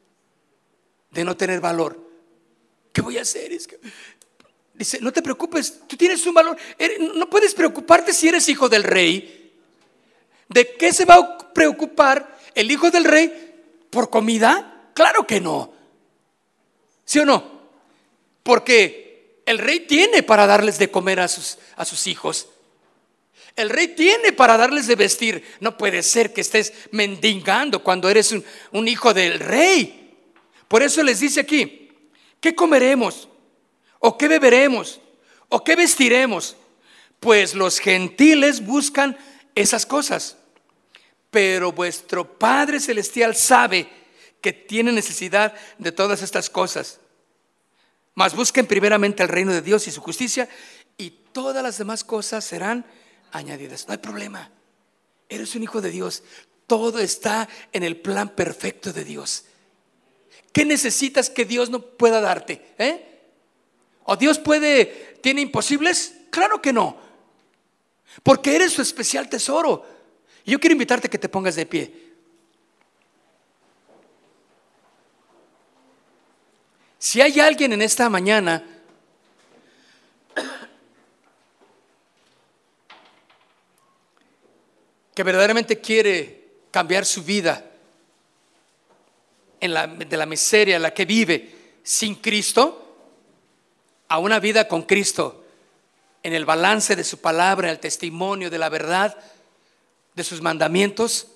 de no tener valor. ¿Qué voy a hacer? Dice: no te preocupes, tú tienes un valor. No puedes preocuparte si eres hijo del rey. ¿De qué se va a preocupar el hijo del rey? ¿Por comida? Claro que no. ¿Sí o no? Porque el rey tiene para darles de comer a sus hijos. El rey tiene para darles de vestir. No puede ser que estés mendigando cuando eres un hijo del rey. Por eso les dice aquí: ¿qué comeremos? ¿O qué beberemos? ¿O qué vestiremos? Pues los gentiles buscan esas cosas, pero vuestro Padre Celestial sabe que tiene necesidad de todas estas cosas. Mas busquen primeramente el reino de Dios y su justicia, y todas las demás cosas serán añadidas. No hay problema. Eres un hijo de Dios. Todo está en el plan perfecto de Dios. ¿Qué necesitas que Dios no pueda darte? ¿O Dios tiene imposibles? Claro que no. Porque eres su especial tesoro. Y yo quiero invitarte a que te pongas de pie. Si hay alguien en esta mañana que verdaderamente quiere cambiar su vida de la miseria en la que vive sin Cristo, a una vida con Cristo, en el balance de su palabra, en el testimonio de la verdad, de sus mandamientos,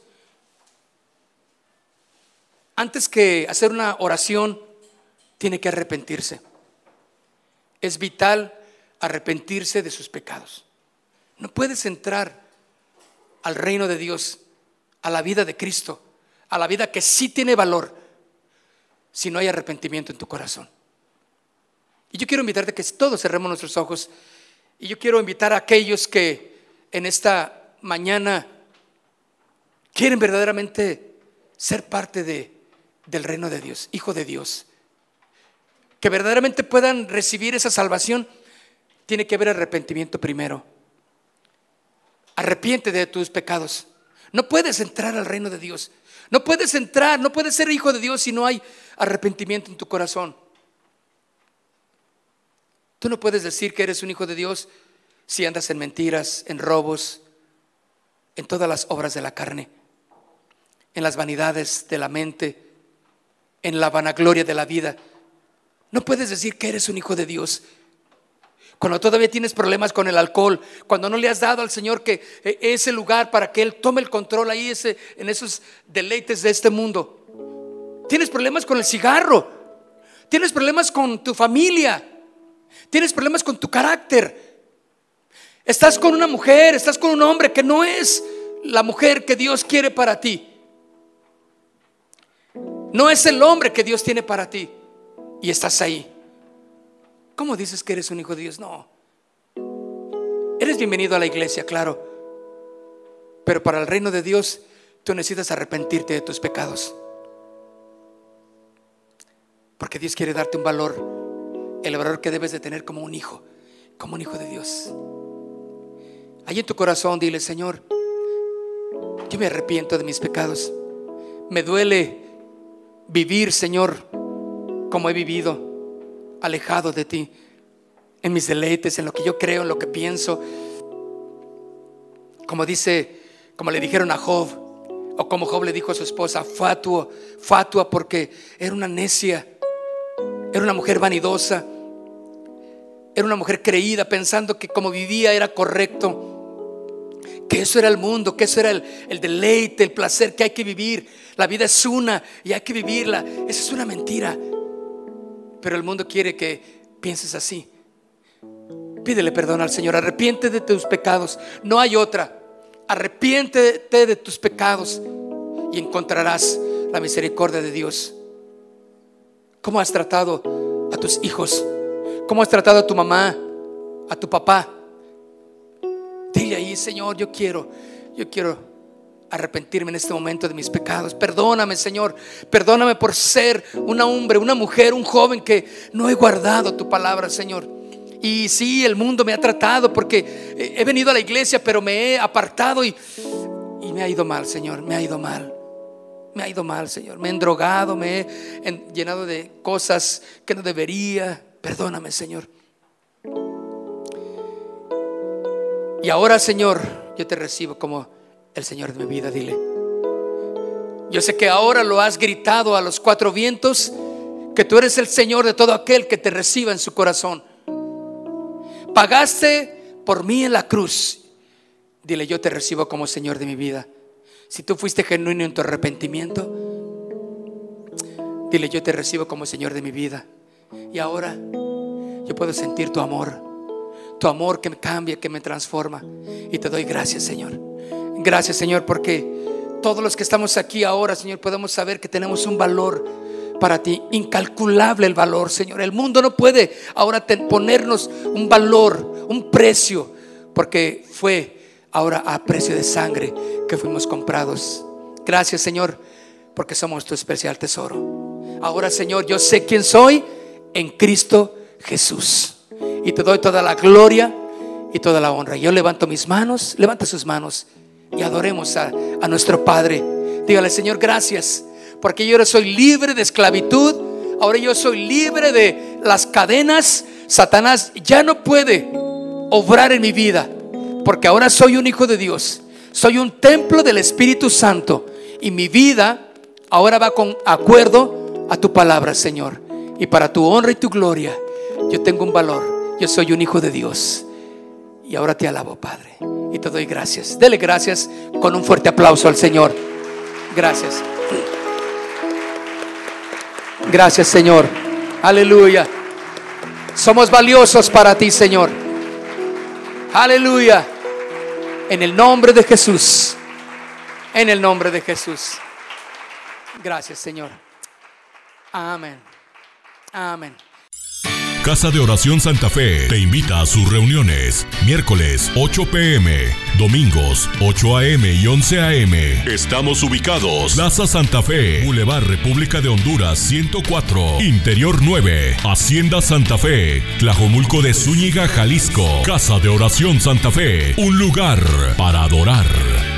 antes que hacer una oración, tiene que arrepentirse. Es vital arrepentirse de sus pecados. No puedes entrar al reino de Dios, a la vida de Cristo, a la vida que sí tiene valor, si no hay arrepentimiento en tu corazón. Y yo quiero invitarte a que todos cerremos nuestros ojos. Y yo quiero invitar a aquellos que en esta mañana quieren verdaderamente ser parte del reino de Dios, hijo de Dios, que verdaderamente puedan recibir esa salvación. Tiene que haber arrepentimiento primero. Arrepiéntete de tus pecados. No puedes entrar al reino de Dios. No puedes entrar, no puedes ser hijo de Dios si no hay arrepentimiento en tu corazón. Tú no puedes decir que eres un hijo de Dios si andas en mentiras, en robos, en todas las obras de la carne, en las vanidades de la mente, en la vanagloria de la vida. No puedes decir que eres un hijo de Dios cuando todavía tienes problemas con el alcohol, cuando no le has dado al Señor que ese lugar para que Él tome el control ahí en esos deleites de este mundo. Tienes problemas con el cigarro, tienes problemas con tu familia, tienes problemas con tu carácter. Estás con una mujer, estás con un hombre que no es la mujer que Dios quiere para ti. No es el hombre que Dios tiene para ti. Y estás ahí. ¿Cómo dices que eres un hijo de Dios? No. Eres bienvenido a la iglesia, claro. Pero para el reino de Dios tú necesitas arrepentirte de tus pecados. Porque Dios quiere darte un valor, el valor que debes de tener como un hijo de Dios. Ahí en tu corazón dile: Señor, yo me arrepiento de mis pecados. Me duele vivir, Señor, como he vivido, alejado de ti, en mis deleites, en lo que yo creo, en lo que pienso. Como le dijeron a Job, o como Job le dijo a su esposa: fatua, porque era una necia, era una mujer vanidosa, era una mujer creída, pensando que como vivía era correcto, que eso era el mundo, que eso era el deleite, el placer que hay que vivir. La vida es una y hay que vivirla. Esa es una mentira. Pero el mundo quiere que pienses así. Pídele perdón al Señor. Arrepiéntete de tus pecados. No hay otra. Arrepiéntete de tus pecados y encontrarás la misericordia de Dios. ¿Cómo has tratado a tus hijos? ¿Cómo has tratado a tu mamá, a tu papá? Dile ahí: Señor, yo quiero arrepentirme en este momento de mis pecados. Perdóname, Señor. Perdóname por ser un hombre, una mujer, un joven que no he guardado tu palabra, Señor. Y sí, el mundo me ha tratado porque he venido a la iglesia, pero me he apartado y me ha ido mal, Señor. Me ha ido mal, Señor. Me he endrogado, me he llenado de cosas que no debería. Perdóname, Señor. Y ahora, Señor, yo te recibo como el Señor de mi vida. Dile: yo sé que ahora lo has gritado a los cuatro vientos, que tú eres el Señor de todo aquel que te reciba en su corazón. Pagaste por mí en la cruz. Dile: yo te recibo como Señor de mi vida. Si tú fuiste genuino en tu arrepentimiento, dile: yo te recibo como Señor de mi vida. Y ahora yo puedo sentir tu amor que me cambia, que me transforma. Y te doy gracias, Señor. Gracias, Señor, porque todos los que estamos aquí ahora, Señor, podemos saber que tenemos un valor para ti, incalculable el valor, Señor. El mundo no puede ahora ponernos un valor, un precio, porque fue ahora a precio de sangre que fuimos comprados. Gracias, Señor, porque somos tu especial tesoro. Ahora, Señor, yo sé quién soy en Cristo Jesús, y te doy toda la gloria y toda la honra. Yo levanto mis manos, levanta sus manos y adoremos a nuestro Padre. Dígale: Señor, gracias, porque yo ahora soy libre de esclavitud. Ahora yo soy libre de las cadenas. Satanás ya no puede obrar en mi vida, porque ahora soy un hijo de Dios. Soy un templo del Espíritu Santo, y mi vida ahora va con acuerdo a tu palabra, Señor. Y para tu honra y tu gloria, yo tengo un valor, yo soy un hijo de Dios. Y ahora te alabo, Padre, y te doy gracias. Dele gracias con un fuerte aplauso al Señor. Gracias. Gracias, Señor. Aleluya. Somos valiosos para ti, Señor. Aleluya. En el nombre de Jesús. En el nombre de Jesús. Gracias, Señor. Amén. Amén. Casa de Oración Santa Fe te invita a sus reuniones. Miércoles 8 p.m, domingos 8 a.m. y 11 a.m. Estamos ubicados: Plaza Santa Fe, Boulevard República de Honduras 104, Interior 9, Hacienda Santa Fe, Tlajomulco de Zúñiga, Jalisco. Casa de Oración Santa Fe, un lugar para adorar.